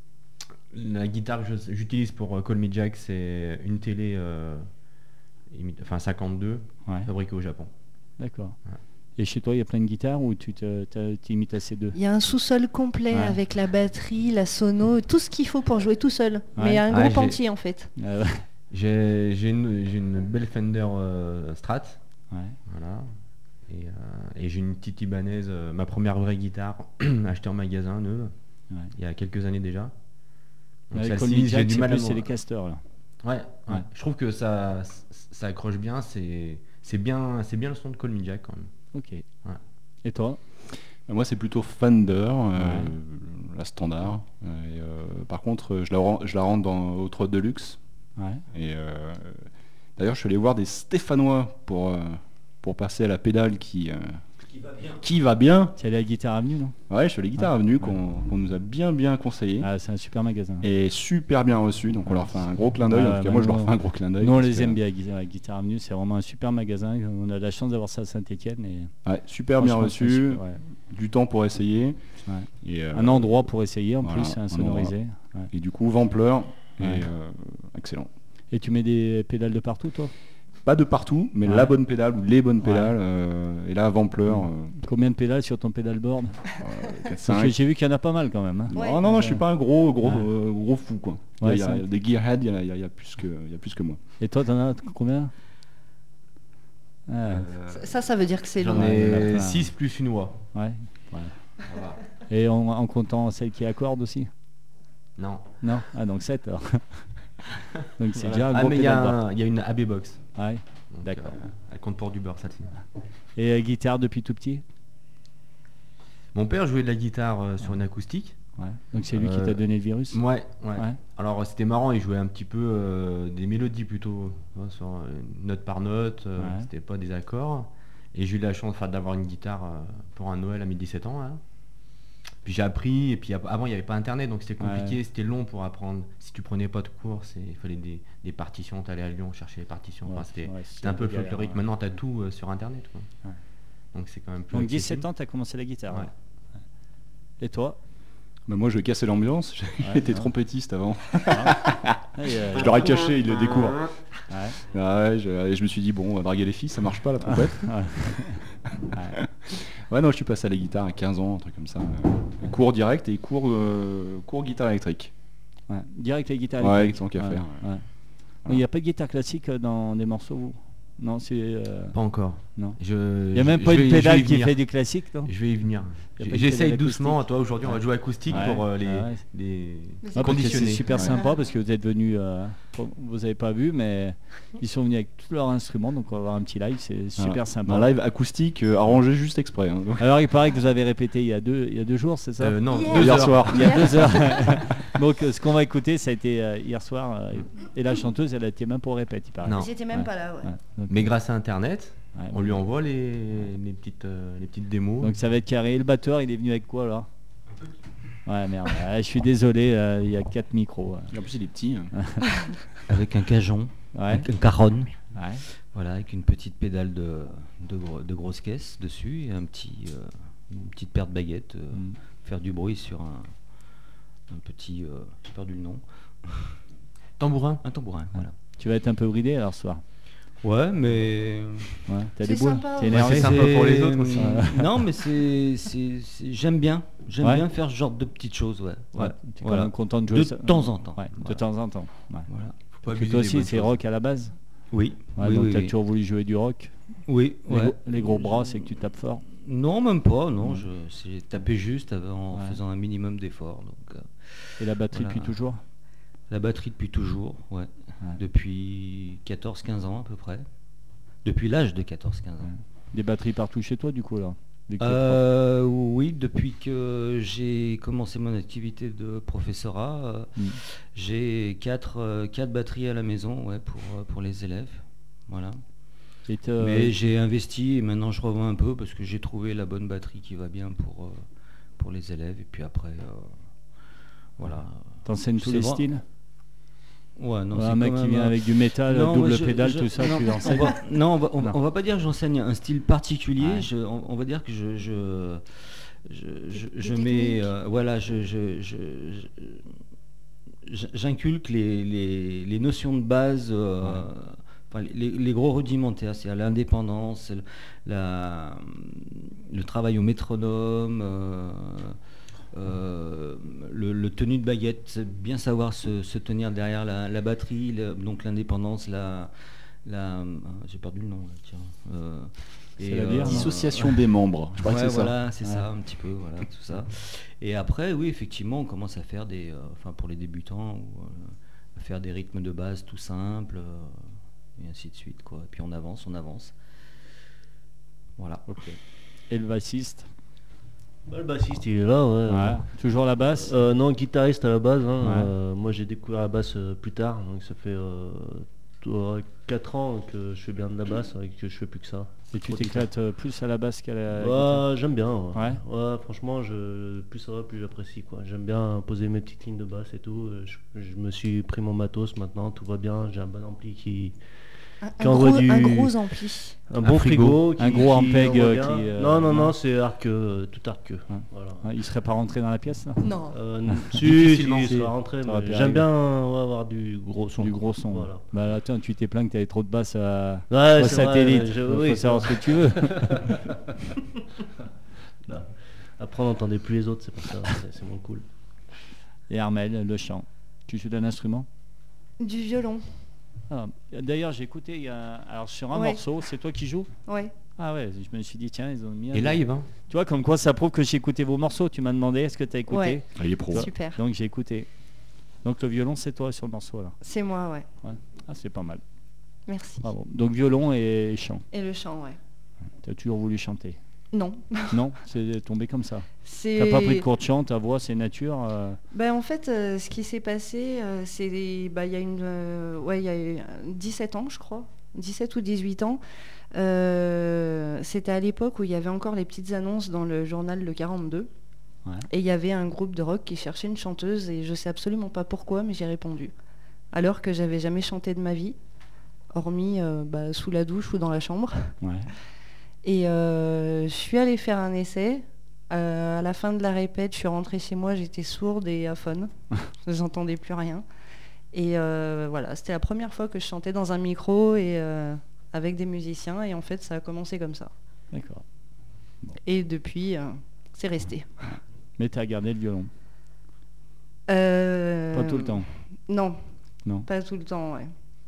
la guitare que je- j'utilise pour euh, Call Me Jack, c'est une télé, euh, imi- enfin cinquante-deux, Ouais. fabriquée au Japon. D'accord. Ouais. Et chez toi, il y a plein de guitares ou tu te- t'as- t'imites à ces deux? Il y a un sous-sol complet Ouais. avec la batterie, la sono, tout ce qu'il faut pour jouer tout seul. Ouais. Mais un Ouais, groupe j'ai- entier, en fait. Ah ouais. J'ai j'ai une, j'ai une belle Fender euh, Strat, Ouais. voilà. Et, euh, et j'ai une petite Ibanez, euh, ma première vraie guitare, achetée en magasin neuve, Ouais. il y a quelques années déjà. Donc Avec celle-ci, Call Me j'ai Jack, du c'est mal à plus me- c'est les casteurs là. Ouais, ouais. Ouais. Je trouve que ça, ça accroche bien. C'est, c'est bien, c'est bien le son de Call Me Jack quand même. Ok. Ouais. Et toi? Moi, c'est plutôt Fender, euh, Ouais. la standard. Et, euh, par contre, euh, je la, ren- je la rentre dans au Trot Deluxe. Ouais. Et euh, d'ailleurs, je suis allé voir des Stéphanois pour, euh, pour passer à la pédale qui, euh, qui va bien. Tu es allé à Guitar Avenue, non? Ouais, je suis allé Guitar Ouais. Avenue qu'on qu'on nous a bien bien conseillé. Ah, c'est un super magasin. Et super bien reçu, donc on leur fait un gros clin d'œil. Ouais, en tout cas, bah, moi je leur nous, fais un gros clin d'œil. Nous, on parce les que- aime bien, Guitar, Guitar Avenue. C'est vraiment un super magasin. On a de la chance d'avoir ça à Saint-Etienne. Et Ouais, super bien franchement, c'est reçu, super, ouais. du temps pour essayer. Ouais. Et, euh, Un endroit pour essayer en voilà, plus, un un sonorisé. Ouais. et du coup, Vampleur, et, Ouais. euh, excellent. Et tu mets des pédales de partout, toi? Pas de partout, mais Ouais. la bonne pédale ou les bonnes Ouais. pédales. euh, et là, Vampleur, euh, Combien de pédales sur ton pédalboard? quatre, Parce cinq. que j'ai vu qu'il y en a pas mal quand même. hein. Ouais. Non, non, non, je suis pas un gros, gros, Ouais. euh, gros fou quoi. Ouais, il y a, il y a cinq. des gearheads, il y a, il y a- il y a plus que, il y a plus que moi. Et toi, t'en as combien? Ah, Ça, ça veut dire que c'est J'en long. Ouais, il y en a ai plein. six plus une voix. ouais. Voilà. Et en, en comptant celle qui accorde aussi? Non. Non? Ah, donc sept alors. Donc c'est Voilà. déjà un Ah, gros mais il y, a pédalboard. un- il y a une A B Box. Ouais. Donc, D'accord. euh, elle compte pour du beurre, celle-ci. Et euh, guitare depuis tout petit? Mon père jouait de la guitare euh, sur une acoustique. Ouais. Donc c'est lui qui Euh, t'a donné le virus? Ouais, ouais. Ouais. Alors c'était marrant, il jouait un petit peu euh, des mélodies plutôt, tu vois, sur, euh, note par note, euh, Ouais. c'était pas des accords. Et j'ai eu la chance enfin, d'avoir une guitare euh, pour un Noël à mes dix-sept ans. Là. Puis j'ai appris, et puis ap- avant il n'y avait pas internet, donc c'était compliqué, Ouais. c'était long pour apprendre. Si tu prenais pas de cours, c'est- il fallait des, des partitions, t'allais à Lyon chercher les partitions. Enfin, Ouais, c'était ouais, c'était un peu galère, folklorique. ouais. Maintenant t'as tout euh, sur internet. Quoi. Ouais. Donc c'est quand même plus Donc accessible. dix-sept ans, t'as commencé la guitare. Ouais. ouais. Et toi? Bah, moi, je vais casser l'ambiance. Ouais, J'étais ouais. trompettiste avant. Ah, il y a- Je leur ai caché, ils le découvrent. Ouais. Ah ouais, je, et je me suis dit, bon, on va draguer les filles, ça marche pas la trompette. Ouais. Ouais. Ouais, non, je suis passé à la guitare à quinze ans, un truc comme ça. Euh, cours direct et cours, euh, cours guitare électrique. Ouais. Direct les guitares Ouais, électriques. tant qu'à Ouais, faire. ouais. Il n'y a pas de guitare classique euh, dans des morceaux, vous? Non, c'est. euh, Pas encore. Non. Je, Il n'y a même je pas vais- une je vais pédale y qui venir. fait du classique, non? Je vais y venir. Y a pas de J'essaye pédale doucement. acoustique. Toi, aujourd'hui, on va jouer acoustique Ouais. pour euh, les, Ouais, ouais. les Mais c'est Ah, parce que c'est conditionnés. super Ouais. sympa parce que vous êtes venus, euh, pour- vous n'avez pas vu, mais ils sont venus avec tous leurs instruments, donc on va avoir un petit live, c'est super Voilà. sympa. Un live acoustique euh, arrangé juste exprès. hein. Donc, Alors il paraît que vous avez répété il y a deux, il y a deux jours, c'est ça? Euh, non, Hier. deux Hier heures. soir. Il y a deux heures. Donc euh, ce qu'on va écouter, ça a été euh, hier soir, euh, et la chanteuse, elle a été même pour répète, il paraît. Non. J'étais même Ouais. pas là, ouais. Ouais. Donc, Mais grâce à Internet, ouais. on lui envoie les, les, petites, euh, les petites démos. Donc ça va être carré. Et le batteur, il est venu avec quoi alors? Ouais, merde. Ouais, je suis désolé, euh, il y a quatre micros. ouais. Et en plus, il est petit. hein. Avec un cajon, Ouais. avec un caronne, Ouais. voilà, avec une petite pédale de, de, gros- de grosse caisse dessus et un petit, euh, une petite paire de baguettes, euh, Mm. faire du bruit sur un, un petit, euh, j'ai perdu le nom, Tambourin. un tambourin, voilà. Tu vas être un peu bridé alors ce soir. Ouais, mais Ouais. T'as C'est des boules. sympa, T'es ouais. énervé. c'est sympa pour les autres aussi. Voilà. Non, mais c'est, c'est, c'est- j'aime bien, j'aime Ouais. bien faire ce genre de petites choses, ouais. Ouais. ouais. Tu es Voilà. quand même content de jouer De ça. temps en temps. Ouais, de Voilà. temps en temps. Ouais. Voilà. Faut pas Parce que abuser toi des aussi, bonnes c'est choses. rock à la base. Oui. Ouais, oui, donc oui, t'as oui. toujours voulu jouer du rock. Oui, Les, ouais. gros, les gros bras, c'est que tu tapes fort. Non, même pas, non, Ouais. je, c'est tapé juste avec- en Ouais. faisant un minimum d'efforts. Donc, euh, Et la batterie Voilà. depuis toujours. la batterie depuis toujours, ouais. Ouais. Depuis quatorze quinze ans à peu près. Depuis l'âge de quatorze quinze ans. Des batteries partout chez toi, du coup, là. Vu que t'es Euh, oui, depuis que j'ai commencé mon activité de professorat, euh, Mm. j'ai quatre, euh, quatre batteries à la maison, ouais, pour, euh, pour les élèves. Voilà. prof. Et t'as- Mais j'ai investi et maintenant je revends un peu parce que j'ai trouvé la bonne batterie qui va bien pour, euh, pour les élèves. Et puis après, euh, voilà. T'enseignes tous c'est les vrai. styles. Ouais, non, Ouais, c'est un mec quand qui même, vient euh, avec du métal, non, double moi, je- pédale, je- tout ça, non, tu on l'enseignes. va- Non, on va, on, Non. on va pas dire que j'enseigne un style particulier. Ouais. je- on, on va dire que je, je, je, je- Des je mets, techniques. euh, voilà, je, je, je- je- j'inculque les, les, les notions de base, euh, enfin, les, les gros rudimentaires, c'est-à-dire l'indépendance, le, la, le travail au métronome. euh, euh, le, le tenu de baguette, c'est bien savoir se, se tenir derrière la, la batterie, le- donc l'indépendance, la, la euh, j'ai perdu le nom là, tiens. Euh, C'est et, la bière, non Dissociation des membres. Je crois ouais, que c'est ça. voilà, c'est Ouais. ça un petit peu, voilà, tout ça. Et après, oui, effectivement, on commence à faire des, euh, enfin pour les débutants, ou, euh, à faire des rythmes de base tout simples, euh, et ainsi de suite, quoi. Et puis on avance, on avance. Voilà. Et le bassiste. Bah, le bassiste, il est là, ouais. Ouais. Toujours la basse. Euh, non, guitariste à la base. hein. Ouais. Euh, moi, j'ai découvert la basse euh, plus tard, donc ça fait quatre ans que je fais bien de la basse et que je fais plus que ça. Et tu Trop t'éclates euh, plus à la basse qu'à la. Ouais, j'aime bien. Ouais. Ouais. Ouais, franchement, je, plus ça va, plus j'apprécie. Quoi. J'aime bien poser mes petites lignes de basse et tout. Euh, Je, je me suis pris mon matos maintenant, tout va bien. J'ai un bon ampli qui. Un, Qui un envoie gros, du- un gros ampli. Un bon frigo. frigo. qui- Un gros qui Ampeg, envoie euh, bien. qui, euh, non, non, non. non, c'est arc, euh, tout arc. Ouais. Voilà. Ouais, il serait pas rentré dans la pièce là Non. Euh, n- si, si, Difficilement. il Si. sera rentré, Ça mais aurait pu j'aime arriver. bien ouais, avoir du gros son. Du quoi. gros son. Voilà. Bah attends, tu t'es plaint que t'avais trop de basses à Ouais, au c'est vrai, satellite. je- Faut oui, savoir c'est ce que tu veux. Là. Après, on n'entendait plus les autres, c'est pour ça, c'est c'est moins cool. Et Armel, le chant. Tu joues d'un instrument? Du violon. Ah, D'ailleurs, j'ai écouté il y a... Alors sur un Ouais. morceau, c'est toi qui joues? Ouais. Ah ouais, je me suis dit tiens, ils ont mis un- Et live, hein. Tu vois, comme quoi ça prouve que j'ai écouté vos morceaux. Tu m'as demandé est-ce que tu as écouté? Ouais. Ah, il est pro. Super. Donc j'ai écouté. Donc le violon, c'est toi sur le morceau là. C'est moi, ouais. Ah, c'est pas mal. Merci. Bravo. Donc violon et chant. Et le chant, ouais. Tu as toujours voulu chanter? Non. Non, c'est tombé comme ça. C'est. T'as pas pris de cours de chant, ta voix c'est nature. euh, Ben, en fait, euh, ce qui s'est passé, euh, c'est des- bah, il y a une, euh, ouais, il y a eu dix-sept ans, je crois, dix-sept ou dix-huit ans. Euh, c'était à l'époque où il y avait encore les petites annonces dans le journal Le quarante-deux. Ouais. Et il y avait un groupe de rock qui cherchait une chanteuse et je sais absolument pas pourquoi, mais j'ai répondu. Alors que j'avais jamais chanté de ma vie, hormis euh, bah, sous la douche ou dans la chambre. Ouais. Et euh, je suis allée faire un essai. Euh, à la fin de la répète, je suis rentrée chez moi, j'étais sourde et aphone. Je n'entendais plus rien. Et euh, voilà, c'était la première fois que je chantais dans un micro et euh, avec des musiciens. Et en fait, ça a commencé comme ça. D'accord. Et depuis, euh, c'est resté. Mais tu as gardé le violon. Euh, Pas tout le temps. Non. Non. Pas tout le temps, ouais.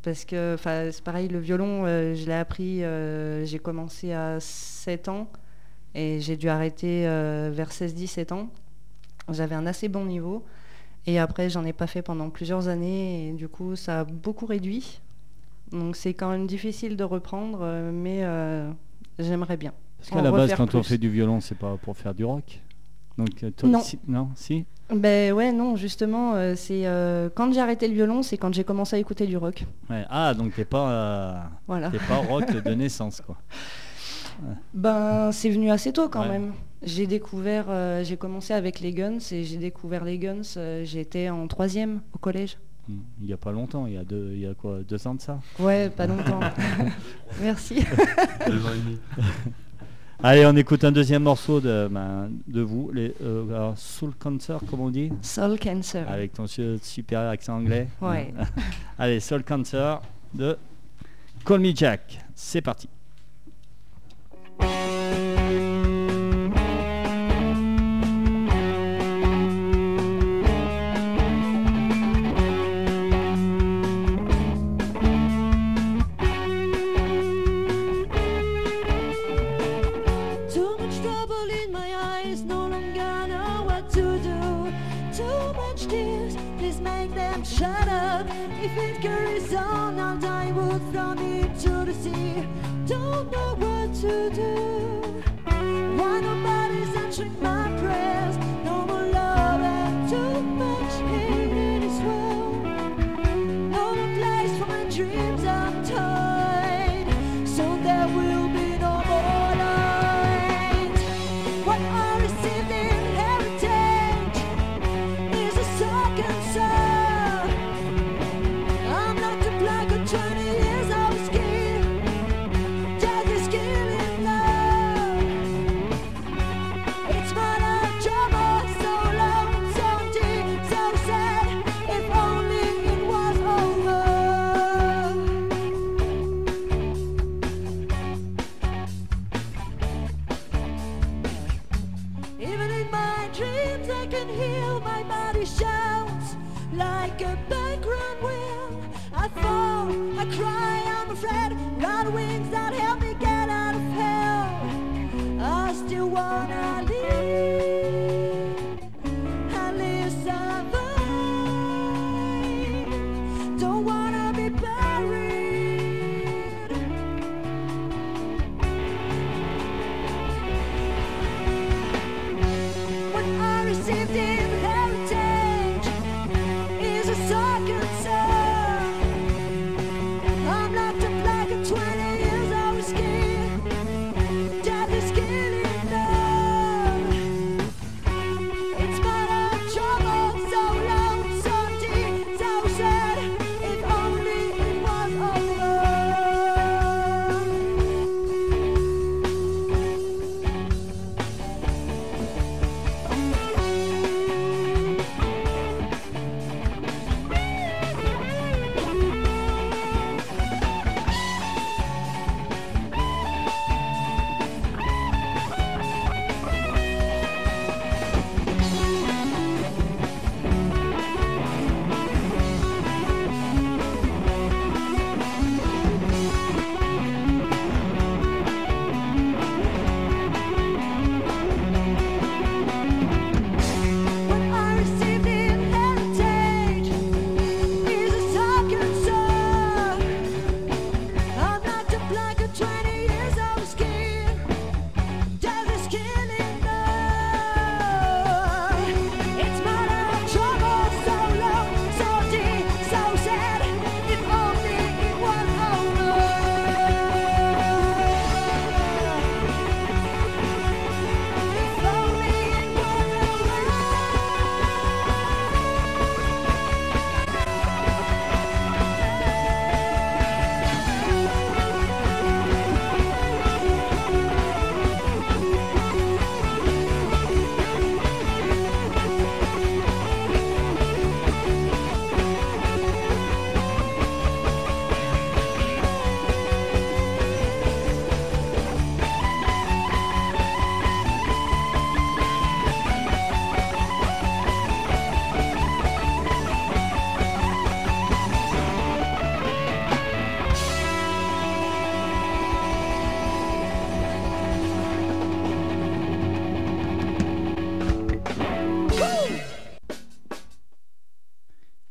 Parce que enfin, c'est pareil, le violon, euh, je l'ai appris, euh, j'ai commencé à sept ans et j'ai dû arrêter euh, vers seize dix-sept ans. J'avais un assez bon niveau. Et après, j'en ai pas fait pendant plusieurs années et du coup, ça a beaucoup réduit. Donc c'est quand même difficile de reprendre, euh, mais euh, j'aimerais bien. Parce qu'à en la base, refaire quand on plus. fait du violon, c'est pas pour faire du rock. Donc, euh, toi, Non. Si, non, si. Ben ouais, non, justement, euh, c'est euh, quand j'ai arrêté le violon, c'est quand j'ai commencé à écouter du rock. Ouais. Ah, donc t'es pas, euh, Voilà. t'es pas rock de naissance, quoi. Ben c'est venu assez tôt quand Ouais. même. J'ai découvert, euh, j'ai commencé avec les Guns et j'ai découvert les Guns. euh, j'étais en troisième au collège. Hmm. Il y a pas longtemps, il y a deux, il y a quoi, deux ans de ça. Ouais, pas longtemps. Merci. Deux ans et demi. Allez, on écoute un deuxième morceau de, ben, de vous, les euh, alors, Soul Cancer, comme on dit, Soul Cancer. avec ton su- super accent anglais. Ouais. Allez, Soul Cancer de Call Me Jack. C'est parti. Too much trouble in my eyes, no longer know what to do. Too much tears, please make them shut up. If it carries on, I'll die would throw me to the sea. Don't know what to do. Why nobody's answering my prayers? No more love and too much hate in this world. No more place for my dreams untied. Soon there will be no more light. What I received in heritage is a second soul. I'm not the black of twenty years of skin. Just a skill in love. It's my life trouble, so long, so deep, so sad. If only it was over. Even in my dreams I can hear my body shouts like a background wheel. I fall, I cry, I'm afraid. Got wings that help me get out of hell. I still wanna live, at least survive. Don't wanna be buried. What I received in heritage is a second son. I'm not to blame.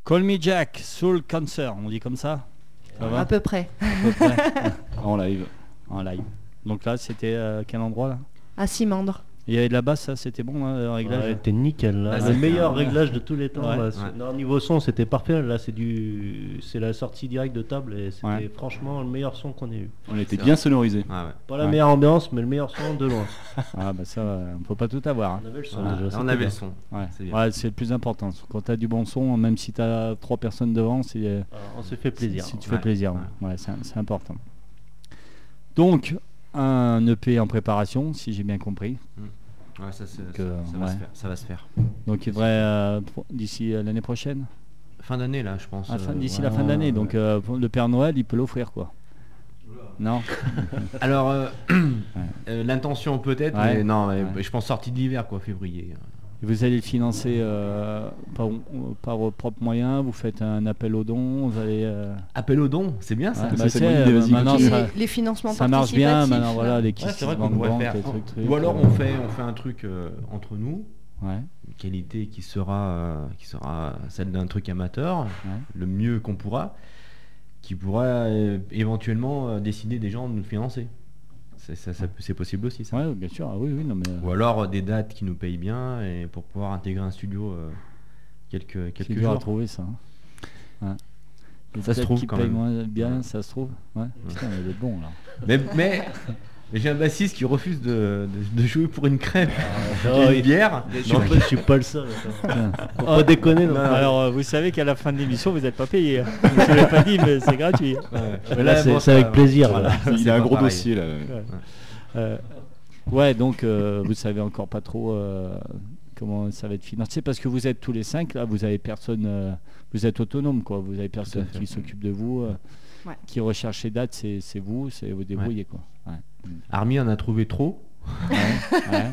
Call Me Jack, Soul Cancer, on dit comme ça. Ça va À peu près. À peu près. En live. En live. Donc là, c'était euh, quel endroit là? À Simandre. Il y avait de la basse, ça, c'était bon, hein, le réglage. Ouais, c'était nickel là. Ah, le c'est meilleur bien. réglage de tous les temps. Ouais. là. Ouais. Non, niveau son, c'était parfait. Là, c'est du, c'est la sortie directe de table et c'était Ouais. franchement le meilleur son qu'on ait eu. On était C'est bien vrai. sonorisés. Ah ouais. Pas la Ouais. meilleure ambiance, mais le meilleur son de loin. Ah bah ça, euh, on peut pas tout avoir. hein. On avait le son Voilà. déjà. Là, c'était on avait bien. le son. Ouais, C'est bien. ouais, c'est le plus important. Quand tu as du bon son, même si tu as trois personnes devant, c'est euh, Alors, on se fait plaisir. si tu Ouais. fais plaisir. Ouais. Ouais, c'est c'est important. Donc, un E P en préparation, si j'ai bien compris. Ouais, ça, c'est- Donc, ça- euh, ça va ouais. se faire. Ça va se faire. Donc, il devrait euh, pour- d'ici euh, l'année prochaine, Fin d'année là, je pense. à la fin- euh, d'ici ouais. la fin de l'année. Donc, euh, pour le Père Noël, il peut l'offrir quoi. Non. Alors, euh, euh, l'intention peut-être, Ouais. mais non, mais Ouais. je pense sortie de l'hiver quoi, février. Et vous allez le financer euh, par, par vos propres moyens. Vous faites un appel aux dons. Vous allez. euh, Appel aux dons, c'est bien ça. Ouais, ça, bah, c'est tu une bonne sais, idée, euh, vas-y, maintenant, continue. ça, les, les financements ça marche bien. participatifs, Maintenant, là. voilà, les Ouais, kits c'est vrai qu'on bank pourrait bank, faire. les trucs, trucs, Ou alors euh, on fait, on fait un truc euh, entre nous, Ouais. une qualité qui sera, euh, qui sera celle d'un truc amateur, Ouais. le mieux qu'on pourra, qui pourra euh, éventuellement euh, décider des gens de nous financer. C'est, ça, ça peut- c'est possible aussi ça. Ouais, bien sûr. Ah oui, oui, non mais. euh, Ou alors euh, des dates qui nous payent bien et pour pouvoir intégrer un studio euh, quelques, C'est quelques dur à jours. trouver ça. hein. Ouais. Les Ça se dates trouve qui quand payent même. moins bien, ça se trouve. Ouais. Putain, il est bon là. Mais, mais, mais j'ai un bassiste qui refuse de, de- de jouer pour une crêpe Non, et une il- bière. Je suis Donc, pas- je suis pas le seul. attends. Putain. Faut pas déconner. non. Alors, euh, vous savez qu'à la fin de l'émission, vous n'êtes pas payé. hein. Je ne l'ai pas dit, mais c'est gratuit. ouais. Mais là, c'est- bon, c'est ça- avec plaisir, voilà. là. Ça, Il c'est a un pas gros pareil. dossier là. Euh, ouais, donc euh, vous savez encore pas trop euh, comment ça va être financé parce que vous êtes tous les cinq là, vous avez personne, euh, vous êtes autonome quoi, vous avez personne fait. qui s'occupe de vous, euh, Ouais. qui recherche les dates, c'est c'est vous, c'est vous débrouillez quoi. Ouais. Army en a trouvé trop. Ouais, ouais.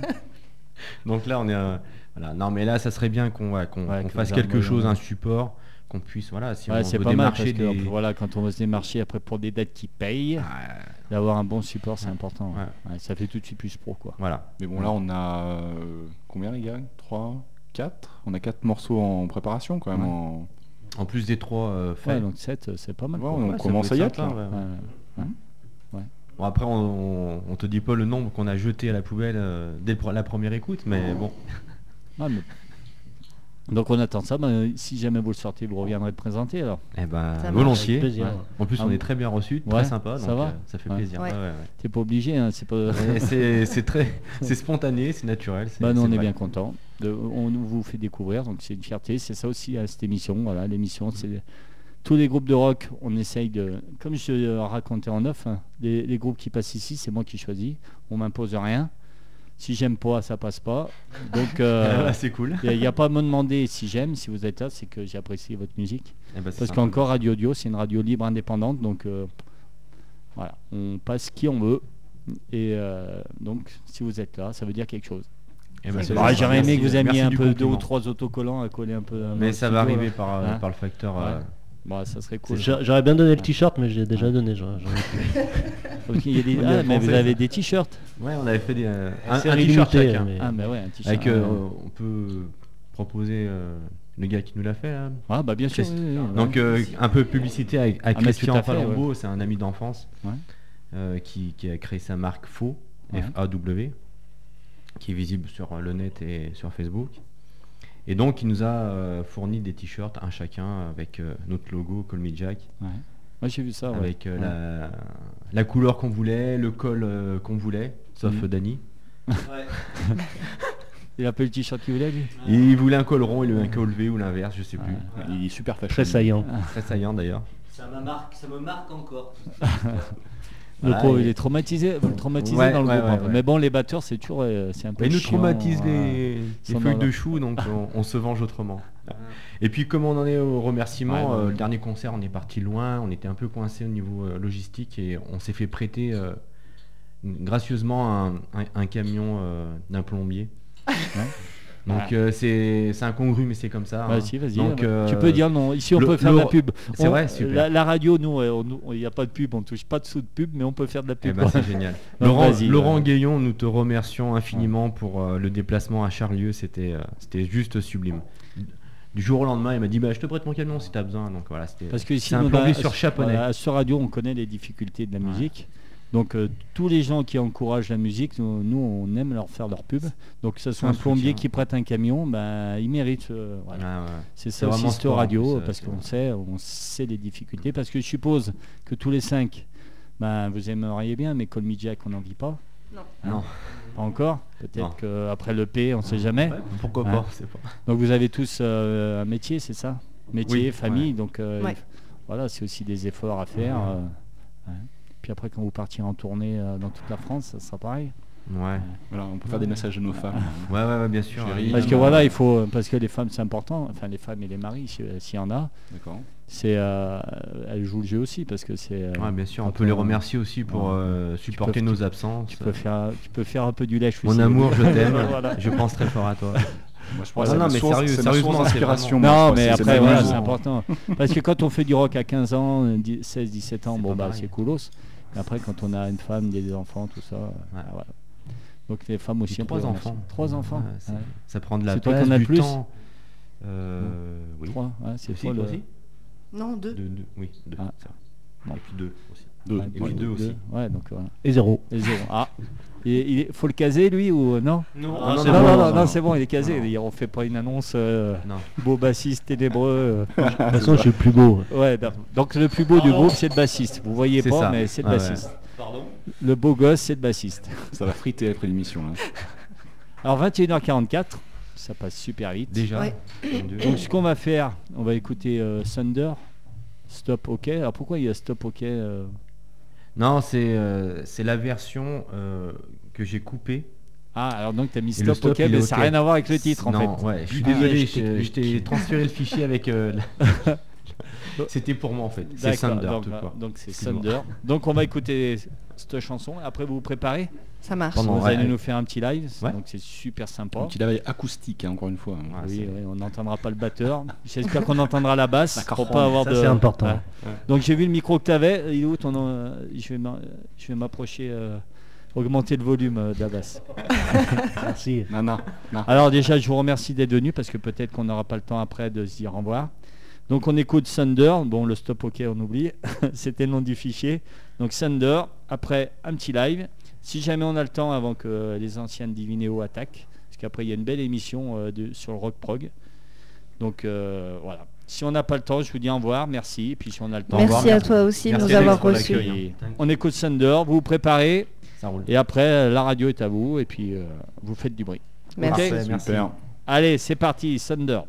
Donc là, on est. euh, voilà. Non, mais là, ça serait bien qu'on ouais, qu'on- Ouais, qu'on que fasse vous quelque envoyez, chose, ouais. un support, qu'on puisse. Voilà, si Ouais, on c'est veut pas mal parce démarcher que des. voilà, quand on va se démarcher après pour des dates qui payent, Ah, d'avoir un bon support c'est Ouais. important. ouais. Ouais. Ouais, ça fait tout de suite plus pro quoi. voilà. Mais bon, là, on a euh, combien les gars trois quatre On a quatre morceaux en préparation quand même. Ouais. En... En plus des trois euh, faits. Ouais, donc sept c'est pas mal. Ouais, quoi. on Ouais, ça commence peut à y être être là. sympa, ouais, ouais. Ouais, ouais. Bon, après, on, on, on te dit pas le nombre qu'on a jeté à la poubelle euh, dès le pre- la première écoute, mais bon. Ah, mais- Donc on attend ça, ben, si jamais vous le sortez, vous reviendrez le présenter alors. Eh ben, Ça marche. volontiers. Avec plaisir. Ouais. En plus, Ah on bon. est très bien reçus, Ouais, très sympa, ça donc va euh, ça fait Ouais. plaisir. Ouais. Ouais, ouais, ouais. T'es pas obligé, hein, c'est pas. Et c'est c'est très, c'est spontané, c'est naturel. c'est- Bah, nous c'est on est vrai. bien contents. De- on vous fait découvrir, donc c'est une fierté. C'est ça aussi à cette émission. Voilà, l'émission, c'est tous les groupes de rock. On essaye de, comme je euh, racontais en off, hein, les, les groupes qui passent ici, c'est moi qui choisis. On m'impose rien. Si j'aime pas, ça passe pas. Donc euh, Ah, c'est cool. il n'y a, a pas à me demander si j'aime. Si vous êtes là, c'est que j'apprécie votre musique. Eh ben, c'est Parce sympa. qu'encore Radio Audio, c'est une radio libre indépendante, donc euh, voilà, on passe qui on veut. Et euh, donc, si vous êtes là, ça veut dire quelque chose. Eh ben, C'est c'est cool. Bah, sympa. J'aurais aimé Merci- que vous ayez mis merci un du peu deux compliment. ou trois autocollants à coller un peu. dans Mais le ça va studio, arriver là. par, euh, Hein par le facteur. Ouais. euh, Bah, ça serait cool. J'a- J'aurais bien donné le t-shirt, mais j'ai déjà donné. j'en- j'en ai plus. Ok, il y a des- On y a ah, mais pensé, vous avez ça. des t-shirts. Ouais, on avait fait des, euh, un, un Série t-shirt limitée, chacun. mais- Ah, mais ouais, un t-shirt. Avec, euh, Ah, on peut proposer euh, le gars qui nous l'a fait. Là. ah, bah bien sûr. Christ- oui, oui, oui, Donc ouais. euh, un peu publicité avec, avec Ah, mais Christian tout à fait, Palombo, c'est un ami d'enfance Ouais. euh, qui, qui a créé sa marque Faux, Ouais. F A W, qui est visible sur euh, le net et sur Facebook. Et donc il nous a euh, fourni des t-shirts, un chacun, avec euh, notre logo Call Me Jack, Ouais. Moi j'ai vu ça. ouais. avec euh, Ouais. la, la couleur qu'on voulait, le col euh, qu'on voulait, sauf Mhm. euh, Dany. Il a pas eu le t-shirt qu'il voulait lui. Il voulait un col rond, il a eu un col V ou l'inverse, je sais plus. Ouais. Il est super fashion. Très saillant. Très saillant d'ailleurs. Ça me marque, ça me marque encore. Le Voilà, pauvre, et- il est traumatisé, vous le traumatisez Ouais, dans le ouais, groupe. ouais, un peu. ouais. Mais bon, les batteurs, c'est toujours, euh, c'est un peu Mais il nous chiant, traumatise euh, les, les sont feuilles dans de la- chou, donc on, on se venge autrement. Et puis comme on en est au remerciement, Ouais, ouais. euh, le dernier concert, on est parti loin, on était un peu coincé au niveau euh, logistique et on s'est fait prêter euh, gracieusement un, un- un camion euh, d'un plombier. Donc euh, c'est c'est incongru, mais c'est comme ça. hein. Vas-y, vas-y. Donc, ouais. euh, tu peux dire non. Ici, on le- peut faire le- de la pub. c'est On- vrai, super. La, la radio, nous, ouais, on- il n'y a pas de pub, on touche pas de sous de pub, mais on peut faire de la Eh pub. ben, c'est génial. Donc, Laurent, vas-y, Laurent ouais. Guéillon, nous te remercions infiniment pour euh, le déplacement à Charlieu, c'était euh, c'était juste sublime. du jour au lendemain, il m'a dit bah, je te prête mon camion si tu as besoin. Donc voilà, c'était Parce que ici, c'est un nous, plombier bah, sur Chaponnet. voilà, sur radio, on connaît les difficultés de la Ouais. musique. Donc euh, tous les gens qui encouragent la musique, nous, nous, on aime leur faire leur pub. Donc que ce soit Un un plombier soutien. qui prête un camion, ben il mérite. euh, voilà. Ouais, ouais. C'est C'est ça aussi vraiment cette sport, en radio, plus, euh, parce c'est qu'on vrai. sait, on sait les difficultés. Parce que je suppose que tous les cinq, ben, vous aimeriez bien, mais Call Me Jack, on n'en vit pas. Non. Hein Non. Pas encore. Non. Peut-être qu'après le P, on ne sait jamais. Ouais, pourquoi Hein. pas, c'est pas. Donc vous avez tous euh, un métier, c'est ça? Métier, Oui, famille, ouais. donc euh, Ouais. il f- voilà, c'est aussi des efforts à faire. euh, ouais. Puis après, quand vous partirez en tournée euh, dans toute la France, ça sera pareil. Ouais. Voilà, on peut faire des messages à nos femmes. Ouais, ouais, ouais, bien sûr. Chérie. ouais. Parce que Évidemment. voilà, il faut, parce que les femmes, c'est important. Enfin, les femmes et les maris, si- s'il y en a, D'accord. c'est, euh, elles jouent le jeu aussi, parce que c'est. euh, Ouais, bien sûr, on quand peut les remercier aussi pour Ouais. euh, supporter peux- nos absences. Tu peux faire, tu peux faire un peu du lèche Mon aussi. amour, je t'aime. Voilà. Je pense très fort à toi. Moi, je Ah c'est non, ma mais source- sérieux- c'est ma sérieusement, source c'est d'inspiration. vraiment- moi, Non, je mais crois, c'est- après, c'est voilà, l'amour. c'est important. Parce que quand on fait du rock à quinze ans, dix- seize, dix-sept ans, C'est bon, pas bah, pareil. c'est coolos. Et après, quand on a une femme, des enfants, tout ça, euh, ah, voilà. Donc les femmes aussi, J'ai on peut trois les remercier. enfants. Trois enfants. Ouais, c'est- Ouais. Ça prend de la C'est toi place, qui en as du le plus temps. Euh, oui. Trois, ouais, c'est Aussi, toi le. aussi Non, deux. Deux, deux, oui, deux. Ah. c'est vrai. Bon. Et puis deux aussi. Deux. Ouais, Et puis deux aussi. Ouais, donc voilà. Et zéro. Et zéro. Ah. Il, il est- faut le caser lui ou euh, non? Non, Ah, Non, c'est non, bon, non, non, non, non. c'est bon, il est casé. Non. Il- On fait pas une annonce. euh, Non. beau bassiste ténébreux. euh. De toute façon, je suis le plus beau. Ouais, non. Donc le plus beau du groupe, c'est le bassiste. Vous voyez C'est pas, ça. mais c'est le Ah ouais. bassiste. Pardon? Le beau gosse, c'est le bassiste. Ça va friter après l'émission. Là. Alors vingt et une heures quarante-quatre, ça passe super vite. Déjà. Ouais. Mon Dieu. Donc ce qu'on va faire, on va écouter euh, Thunder, Stop OK. Alors pourquoi il y a Stop OK euh, Non, c'est euh, c'est la version euh, que j'ai coupée. Ah, alors donc tu as mis Et le Stop, stop, OK, il est mais ça n'a OK. rien à voir avec le titre en Non, fait. ouais, je suis Ah, désolé, je je je t'ai transféré le fichier avec. euh, la- C'était pour moi en fait. C'est D'accord, Thunder, donc, tout euh, quoi. donc c'est Excuse-moi. Thunder. Donc on va écouter cette chanson. Après vous vous préparez. Ça marche. Pendant- Vous ouais, allez ouais. nous faire un petit live. Ouais. Donc c'est super sympa. Un petit travail acoustique, hein, encore une fois. Ouais, Oui, c'est- oui, on n'entendra pas le batteur. J'espère qu'on entendra la basse D'accord. pour pas avoir Ça, de. c'est important. Ouais. Donc j'ai vu le micro que tu avais. Il est où ton, euh, je vais m'a- je vais m'approcher, euh, augmenter le volume euh, de la basse. Merci. Non, non, non. Alors déjà, je vous remercie d'être venu parce que peut-être qu'on n'aura pas le temps après de se dire au revoir. Donc on écoute Thunder. Bon, le stop OK, on oublie. C'était le nom du fichier. Donc Thunder. Après un petit live. Si jamais on a le temps avant que les anciennes Divinéo attaquent, parce qu'après il y a une belle émission euh, de- sur le rock prog. Donc euh, voilà. Si on n'a pas le temps, je vous dis au revoir, merci. Et puis si on a le temps, au revoir, Merci à toi aussi de Merci nous Alex avoir pour reçus. l'accueil. Et on écoute Thunder, vous vous préparez, Ça roule. et après euh, la radio est à vous, et puis euh, vous faites du bruit. Merci. Ok. Parfait, merci. Super. Allez, c'est parti, Thunder.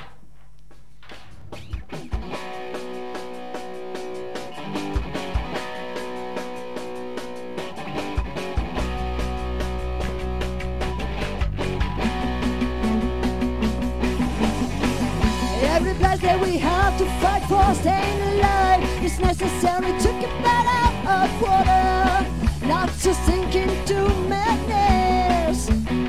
Every place that we have to fight for staying alive is necessary to get that out of water, not to sink into madness.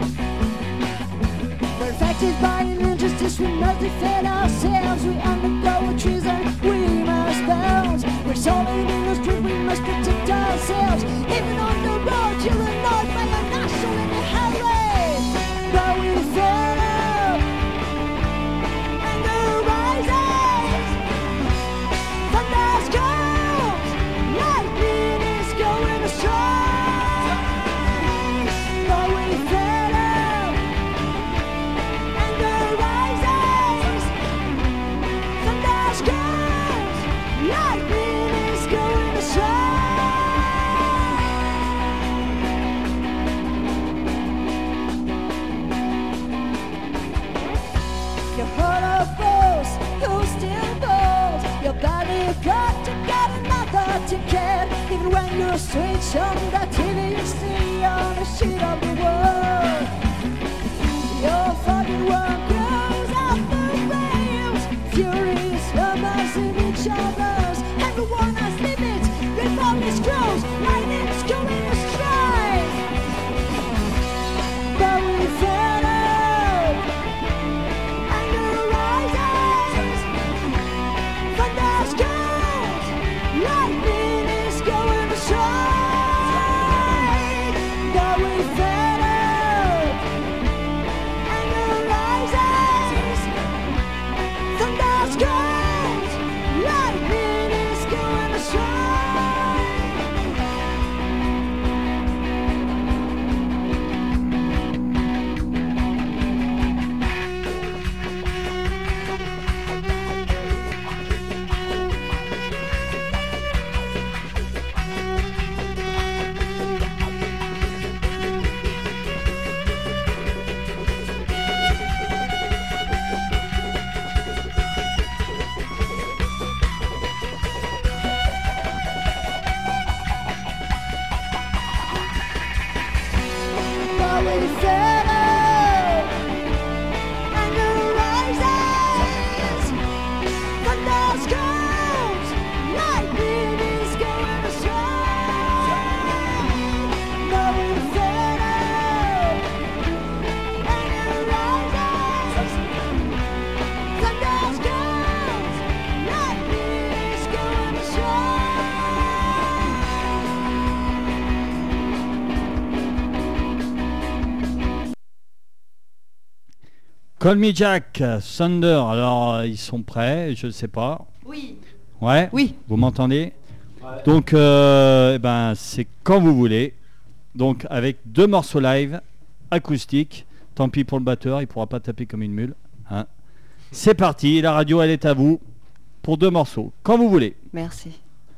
We're affected by an injustice, we must defend ourselves. We undergo a treason, we must bounce. We're solid in the street, we must protect ourselves. Even on the road, you're annoyed by a nostril in the highway. But we fell out. Anger rises, thunder's comes, lightning is going astray. But we fell out. Anger rises, thunder's comes, lightning is going astray. Your heart of force, who still bold? Your body got to get another ticket. Even when you switch on the T V, you see on the sheet of the world. Your fucking world goes off the rails. Furies, humors in each other's. Everyone has limits. Republic grows, lightning's going to strike. But we fell out. Anger rises, thunder's comes, lightning is going to strike. But we fell out. Call Me Jack, Thunder. Alors, euh, ils sont prêts, je ne sais pas. Oui. Ouais. Oui. Vous m'entendez? Donc, euh, eh ben, c'est quand vous voulez. Donc, avec deux morceaux live, acoustiques. Tant pis pour le batteur, il pourra pas taper comme une mule. Hein. C'est parti, la radio, elle est à vous pour deux morceaux, quand vous voulez. Merci.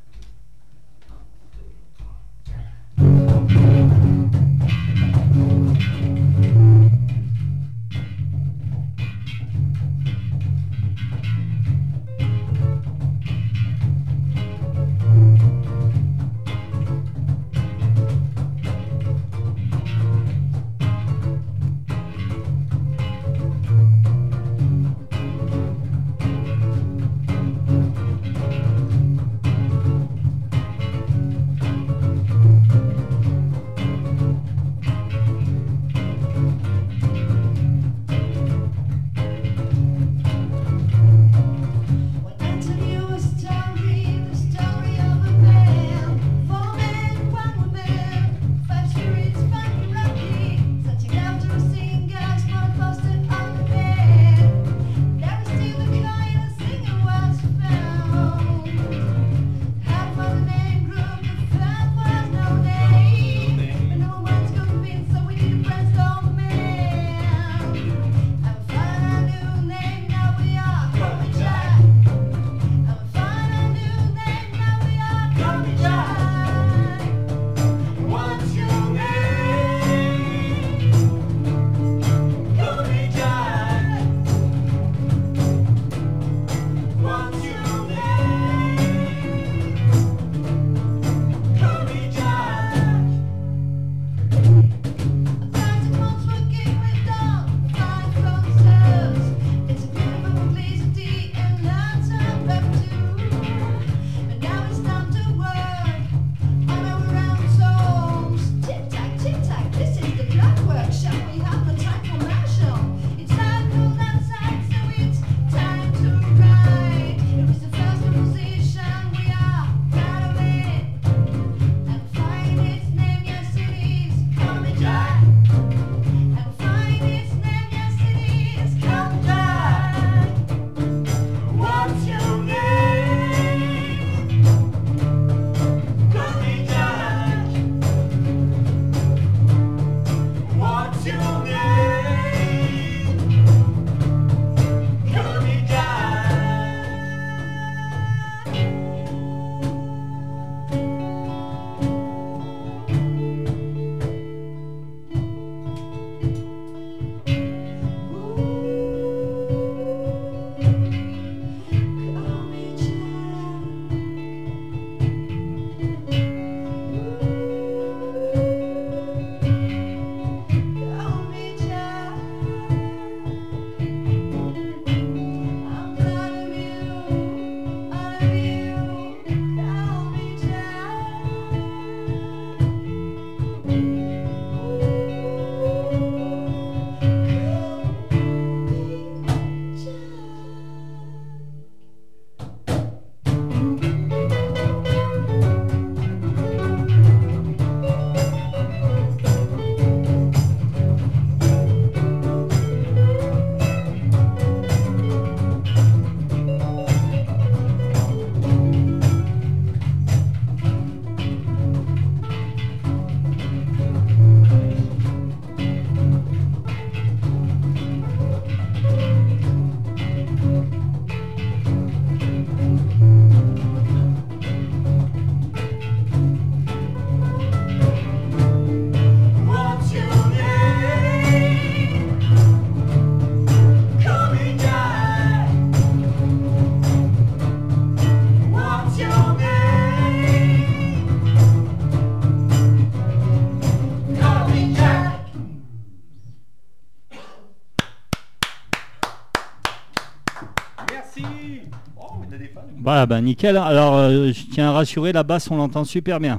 Bah, bah nickel. Alors, euh, je tiens à rassurer, la basse, on l'entend super bien.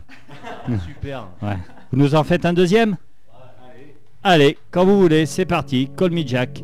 Super. Ouais. Vous nous en faites un deuxième ? Allez. Allez, quand vous voulez, c'est parti. Call Me Jack.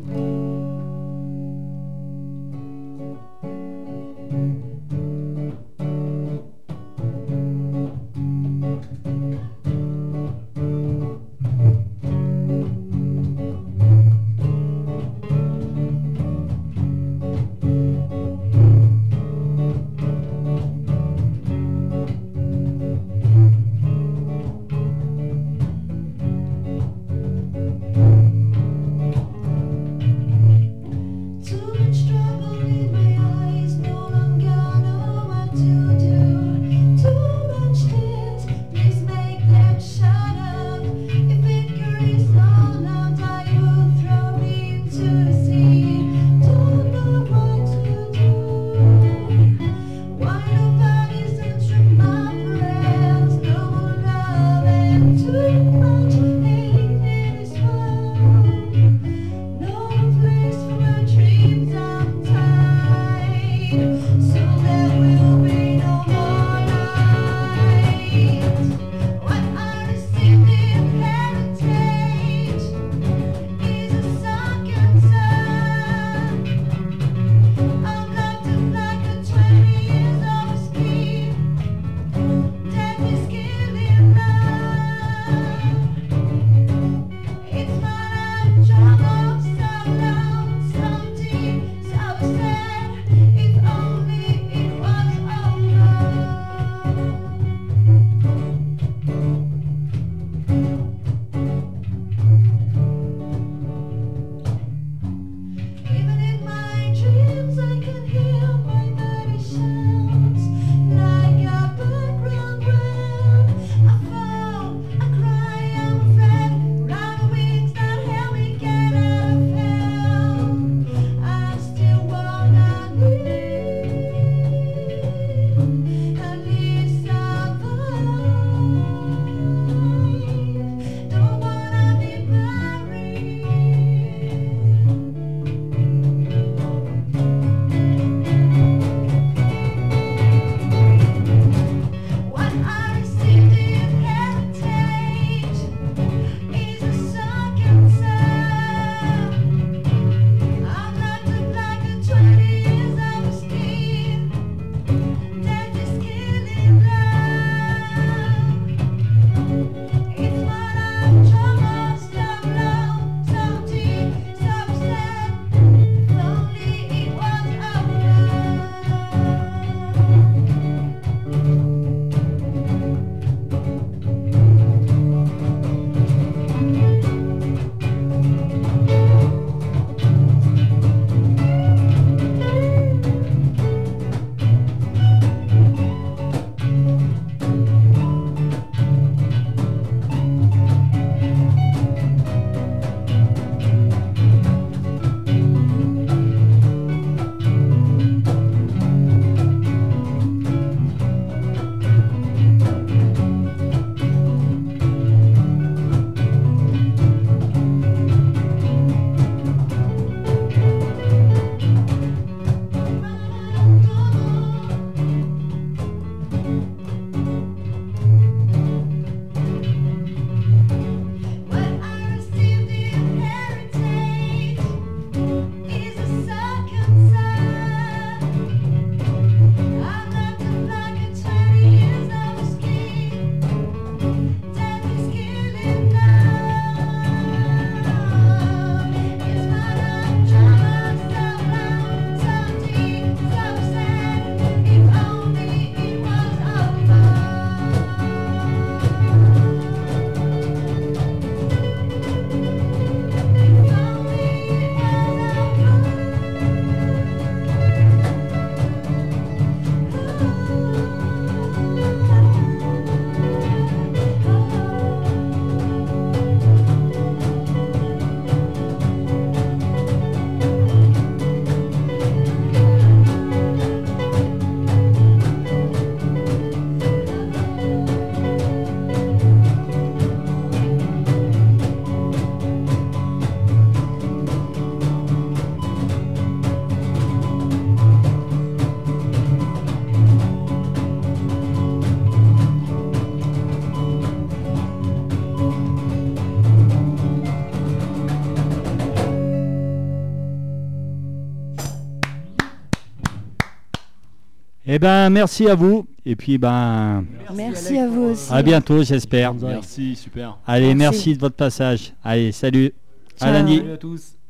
Eh ben, merci à vous. Et puis, ben, Merci à vous aussi. à bientôt, j'espère. Merci, super. Allez, Merci. merci de votre passage. Allez, salut. Ciao. À lundi. Salut à tous.